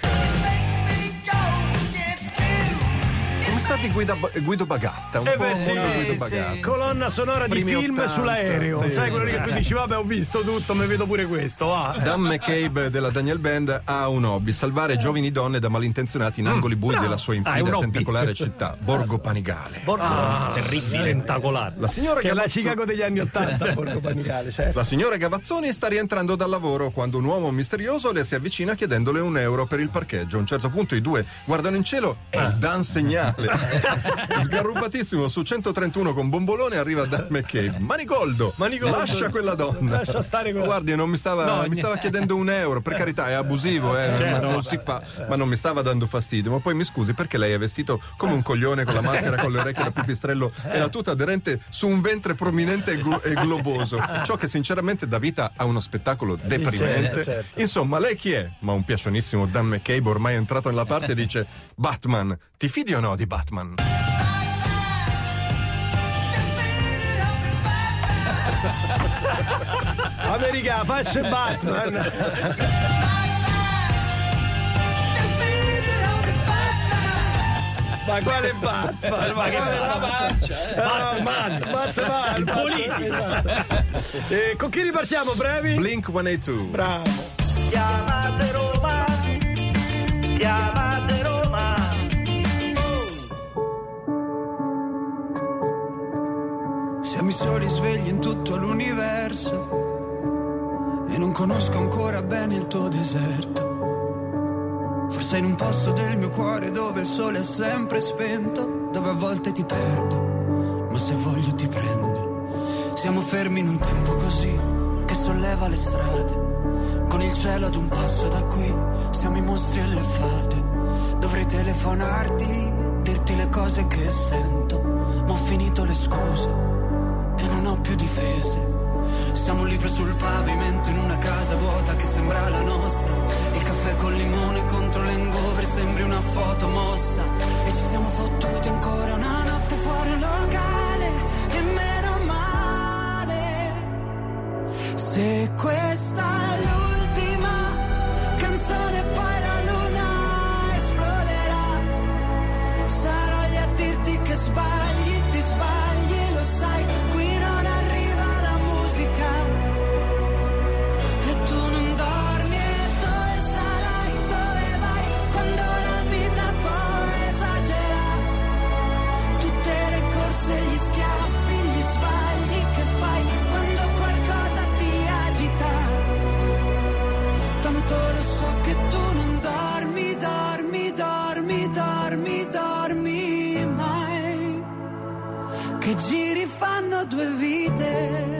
Mi sa di Guido Bagatta, un po' Guido Bagatta. Colonna sonora di film 80, sull'aereo. Sai quello che tu dici, vabbè, ho visto tutto, mi vedo pure questo. Dan McCabe della Daniel Band ha un hobby: salvare giovani donne da malintenzionati in angoli bui della sua infida tentacolare città, Borgo Panigale. Terribile, tentacolare. La signora che è la Chicago degli anni '80, Borgo Panigale, certo. La signora Gavazzoni sta rientrando dal lavoro quando un uomo misterioso le si avvicina chiedendole €1 per il parcheggio. A un certo punto i due guardano in cielo e il Dan segnale. Sgarrubatissimo su 131 con bombolone arriva Dan McCabe. Manigoldo, lascia quella donna. Lascia stare quella. Guardi, non mi stava chiedendo €1, per carità, è abusivo, non si fa, ma non mi stava dando fastidio. Ma poi mi scusi, perché lei è vestito come un coglione con la maschera, con le orecchie da pipistrello e la tuta aderente su un ventre prominente e globoso, ciò che sinceramente dà vita a uno spettacolo deprimente. Certo. Insomma, lei chi è? Ma un piacionissimo Dan McCabe, ormai entrato nella parte, dice: Batman, ti fidi o no di Batman? America, faccia Batman. Ma quale Batman? Ma che la pancia? Batman, il politico. Con chi ripartiamo, brevi? Blink 182. Bravo. Chiamate Roma, chiamate Roma. Siamo i soli svegli in tutto l'universo e non conosco ancora bene il tuo deserto. Forse in un posto del mio cuore dove il sole è sempre spento, dove a volte ti perdo, ma se voglio ti prendo. Siamo fermi in un tempo così che solleva le strade, con il cielo ad un passo da qui, siamo i mostri e le fate. Dovrei telefonarti, dirti le cose che sento, ma ho finito le scuse e non ho più difese. Siamo libri sul pavimento in una casa vuota che sembra la nostra. Il caffè col limone contro l'hangover sembri una foto mossa. E ci siamo fottuti ancora una notte fuori un locale, e meno male. Se questa è l'ultima canzone poi la luna esploderà, sarò lì a dirti che sbagli, ti sbagli, lo sai, qui non arriva la musica e tu non dormi. E dove sarai, dove vai, quando la vita poi esagera, tutte le corse, gli schiaffi, gli sbagli che fai quando qualcosa ti agita. Tanto lo so che tu non dormi, dormi, dormi, dormi, dormi mai, che giri fanno due vite.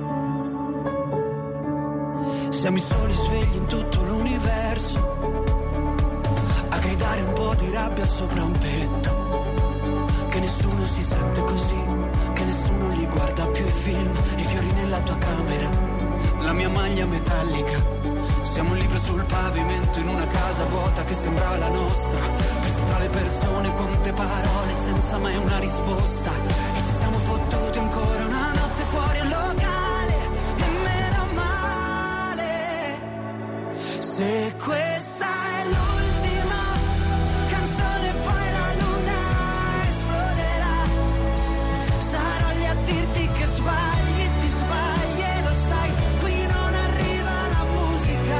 Siamo i soli svegli in tutto l'universo, a gridare un po' di rabbia sopra un tetto, che nessuno si sente così, che nessuno li guarda più i film, i fiori nella tua camera, la mia maglia metallica. Siamo un libro sul pavimento in una casa vuota che sembra la nostra, persi tra le persone, quante parole senza mai una risposta. E ci siamo fottuti ancora una notte fuori al locale, e meno male. Se questa è l'ultima canzone poi la luna esploderà, sarò lì a dirti che sbagli, ti sbagli e lo sai, qui non arriva la musica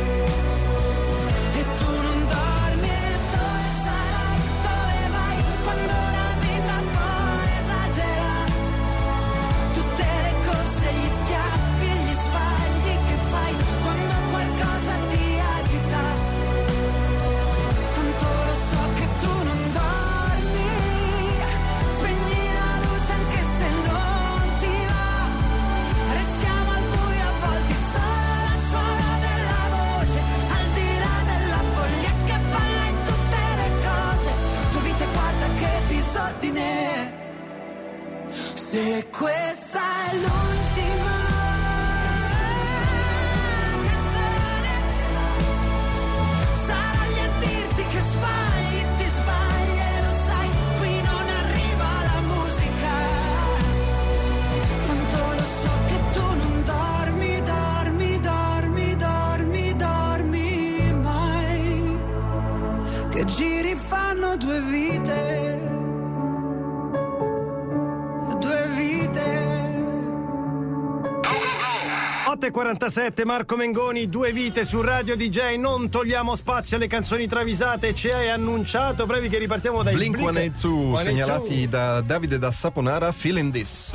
e tu non dormi. E dove sarai, dove vai, quando la vita poi esagera, tutte le corse, gli schiaffi, gli sbagli che fai quando qualcosa ti agita. Tanto lo so che tu non dormi, spegni la luce anche se non ti va, restiamo al buio a volte solo al suono della voce, al di là della follia che balla in tutte le cose. Tua vita guarda che disordine, se questa è l'ultima canzone, sarò lì a dirti che sbagli, ti sbagli e lo sai, qui non arriva la musica. Tanto lo so che tu non dormi, dormi, dormi, dormi, dormi mai, che giri fanno due vite, due vite. 8:47, Marco Mengoni, due vite su Radio DJ. Non togliamo spazio alle canzoni travisate, ci hai annunciato, brevi, che ripartiamo dai Blink 182, segnalati da Davide da Saponara, Feeling This.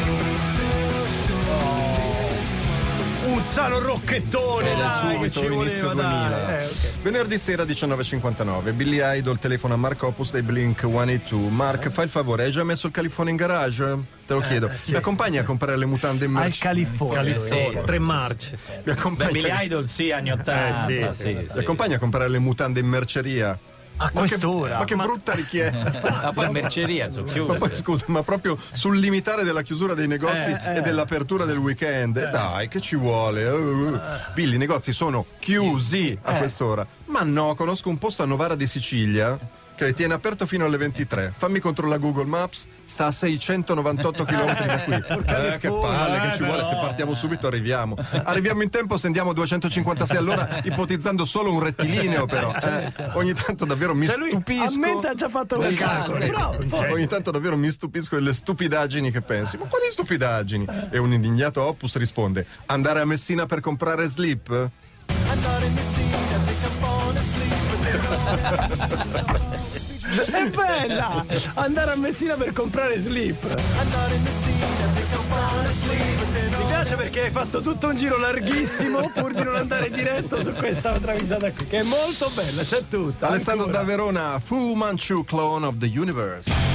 Un sano rocchettone, dai, che ci inizio voleva, 2000. dai. Okay. Venerdì sera 19:59, Billy Idol telefona Mark Hoppus dei Blink 182. Mark, fai il favore, hai già messo il califone in garage? Te lo chiedo. Sì. Mi accompagni a comprare le mutande in Al California, Sì. 3 marce. Mi accompagni... Billy Idol sì, anni 80. Mi accompagni a comprare le mutande in merceria? A quest'ora? Ma che brutta richiesta. Ma poi merceria su chiude. Ma poi scusa, ma proprio sul limitare della chiusura dei negozi e dell'apertura del weekend. Dai, che ci vuole? Billy, i negozi sono chiusi a quest'ora. Ma no, conosco un posto a Novara di Sicilia che tiene aperto fino alle 23. Fammi controllare Google Maps, sta a 698 km da qui. Che palle che ci vuole, se partiamo subito arriviamo. Arriviamo in tempo se andiamo a 256 all'ora, ipotizzando solo un rettilineo però. Ogni tanto davvero mi stupisco. A me ha già fatto un calcolo. Ogni tanto davvero mi stupisco delle stupidaggini che pensi. Ma quali stupidaggini? E un indignato Opus risponde: andare a Messina per comprare slip? Andare in Messina per campone È bella! Andare a Messina per comprare slip. Andare in Messina per campone slip. Mi piace perché hai fatto tutto un giro larghissimo pur di non andare diretto su questa travisata qui, che è molto bella, c'è tutto. Alessandro da Verona, Fu Manchu, Clone of the Universe.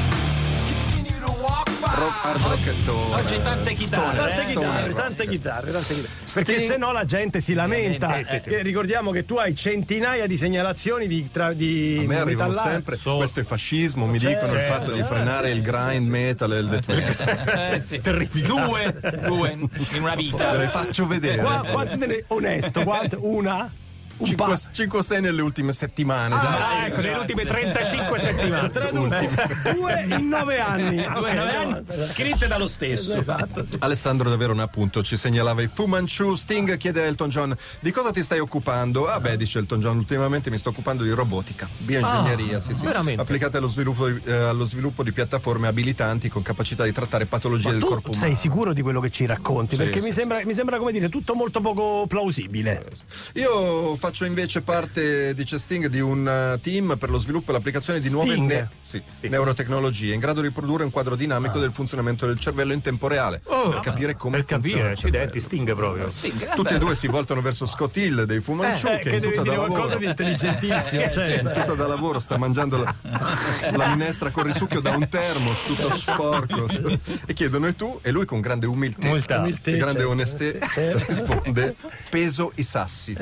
Hard rockettone. Oggi tante chitarre. Tante chitarre. Perché se no la gente si lamenta. Ricordiamo che tu hai centinaia di segnalazioni di a me arrivano sempre questo è fascismo, mi dicono il fatto di frenare il grind metal e il death metal. Terribile. Due in una vita. Ve le faccio vedere. Quanto te ne onesto? Una? 5 o 6 nelle ultime settimane. Ecco, nelle ultime 35 settimane. Due in 9 anni. Scritte dallo stesso. Esatto, sì. Alessandro da Verona appunto ci segnalava i Fu Manchu. Sting chiede a Elton John: di cosa ti stai occupando? Dice Elton John, ultimamente mi sto occupando di robotica, bioingegneria, sì. Applicate allo sviluppo di piattaforme abilitanti con capacità di trattare patologie del corpo umano. Sei sicuro di quello che ci racconti? Perché mi sembra come dire tutto molto poco plausibile. Io faccio invece parte, dice Sting, di un team per lo sviluppo e l'applicazione di nuove neurotecnologie in grado di produrre un quadro dinamico del funzionamento del cervello in tempo reale per capire come funziona. Accidenti, Sting proprio. Tutti e due si voltano verso Scott Hill dei Fu Manchu che in tutta da lavoro, qualcosa di intelligentissimo, in tutta da lavoro sta mangiando la minestra con risucchio da un termos tutto sporco e chiedono: e tu? E lui con grande umiltà e grande onestà risponde: peso i sassi.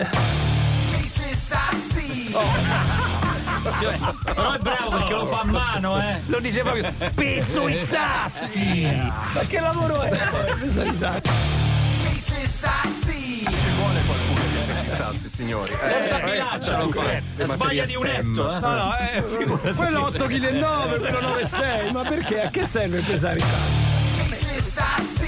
Però è bravo perché lo fa a mano, Lo dice proprio: peso i sassi. Ma che lavoro è? Peso i sassi. Ci vuole qualcuno che pesi i sassi, signori. Senza bilancia lo fa. Sbaglia di un etto. No, quello 8,9 kg, quello 9,6. Ma perché? A che serve pesare i sassi?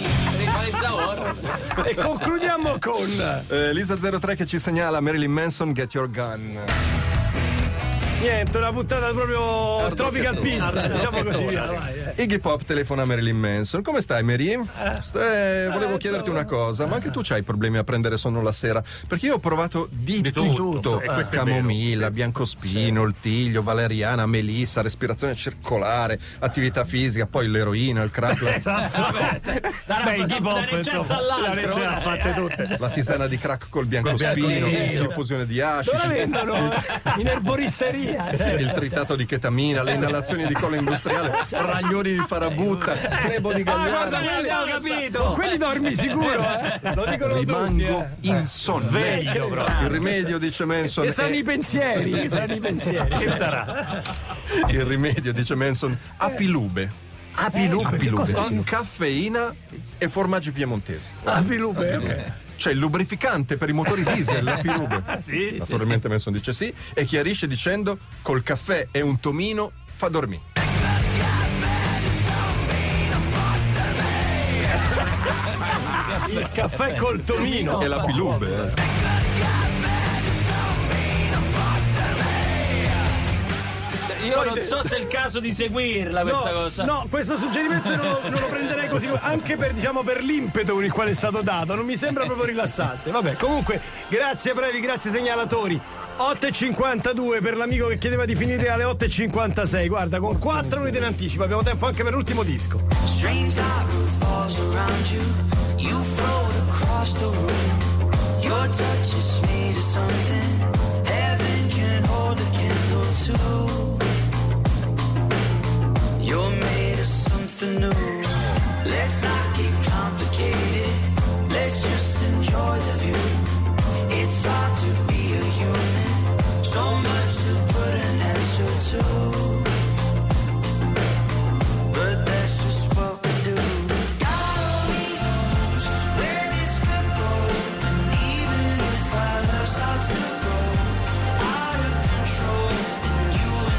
E concludiamo con Lisa03 che ci segnala Marilyn Manson, Get Your Gun. Niente, una puntata proprio Tropical Pizza, diciamo così via. Iggy Pop telefona a Marilyn Manson. Come stai, Mary? Volevo chiederti una cosa, ma anche tu c'hai problemi a prendere sonno la sera? Perché io ho provato di tutto. Camomilla, biancospino, il tiglio, valeriana, melissa, respirazione circolare, attività fisica, poi l'eroina, il crack. Iggy Pop all'altro. fatte tutte. La tisana di crack col biancospino, l'infusione di hashish. Dove vendono? In erboristeria. Il tritato di chetamina, le inalazioni di colla industriale, raglioni di farabutta, flebo di gagliana. Abbiamo capito. Quelli dormi sicuro, Lo dicono rimango insonne. Sveglio, il rimedio, dice Manson. Che saranno i pensieri. Che Che sarà? Il rimedio, dice Manson, apilube. Apilube. Caffeina e formaggi piemontesi. Apilube, ok. C'è il lubrificante per i motori diesel, l'apilube. Naturalmente Manson dice sì e chiarisce dicendo: col caffè e un tomino fa dormire. Il caffè col tomino e l'apilube. Io non so se è il caso di seguirla questa cosa. No, questo suggerimento non lo prenderei così, anche per l'impeto con il quale è stato dato. Non mi sembra proprio rilassante. Vabbè, comunque, grazie Previ, grazie segnalatori. 8.52 per l'amico che chiedeva di finire alle 8.56. Guarda, con 4 minuti in anticipo abbiamo tempo anche per l'ultimo disco. Strange light falls around you. You float across the room. Your touch is made of something heaven can hold a candle to. You're made of something new. Let's not get complicated. Let's just enjoy the view. It's hard to be a human. So much to put an answer to. But that's just what we do. God only knows where this could go. And even if our love starts to go out of control, and you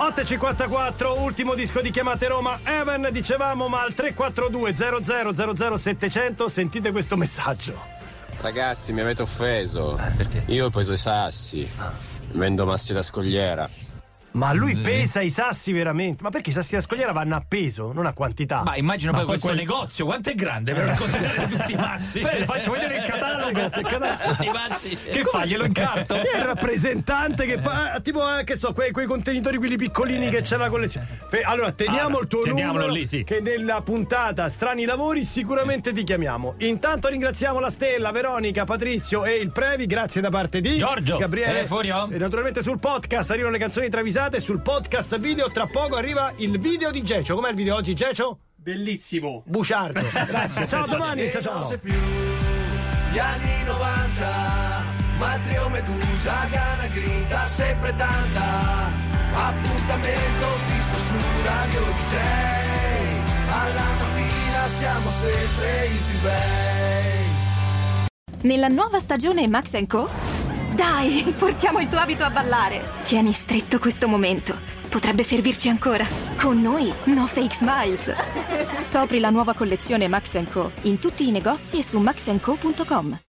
8.54, ultimo disco di Chiamate Roma. Evan, dicevamo, ma al 342 00 700 sentite questo messaggio. Ragazzi, mi avete offeso. Perché? Io ho preso i sassi, vendo massi da scogliera. Ma lui pesa i sassi veramente? Ma perché i sassi da scogliera vanno a peso, non a quantità? Ma immagino poi questo negozio quanto è grande per considerare tutti i massi. Faccio vedere il catalogo. Tutti i massi. Che fa? Glielo incarto? Chi è il rappresentante che tipo che so, quei contenitori quelli piccolini che c'è la collezione. Allora teniamo il tuo numero lì, sì. Che nella puntata Strani Lavori sicuramente ti chiamiamo. Intanto ringraziamo la Stella, Veronica, Patrizio e il Previ, grazie da parte di Giorgio, Gabriele, Furio. E naturalmente sul podcast arrivano le canzoni travisate. Sul podcast video tra poco arriva il video di Gecio. Com'è il video oggi, Gecio? Bellissimo. Buciardo. Grazie. Ciao domani. Ciao. Non più gli anni 90, ma il trio Medusa, Gana Grinta, sempre tanta. Appuntamento fisso su Radio DJ. Alla mattina siamo sempre i più bei. Nella nuova stagione Max & Co? Dai, portiamo il tuo abito a ballare. Tieni stretto questo momento. Potrebbe servirci ancora. Con noi, no fake smiles. Scopri la nuova collezione Max & Co. in tutti i negozi e su maxandco.com.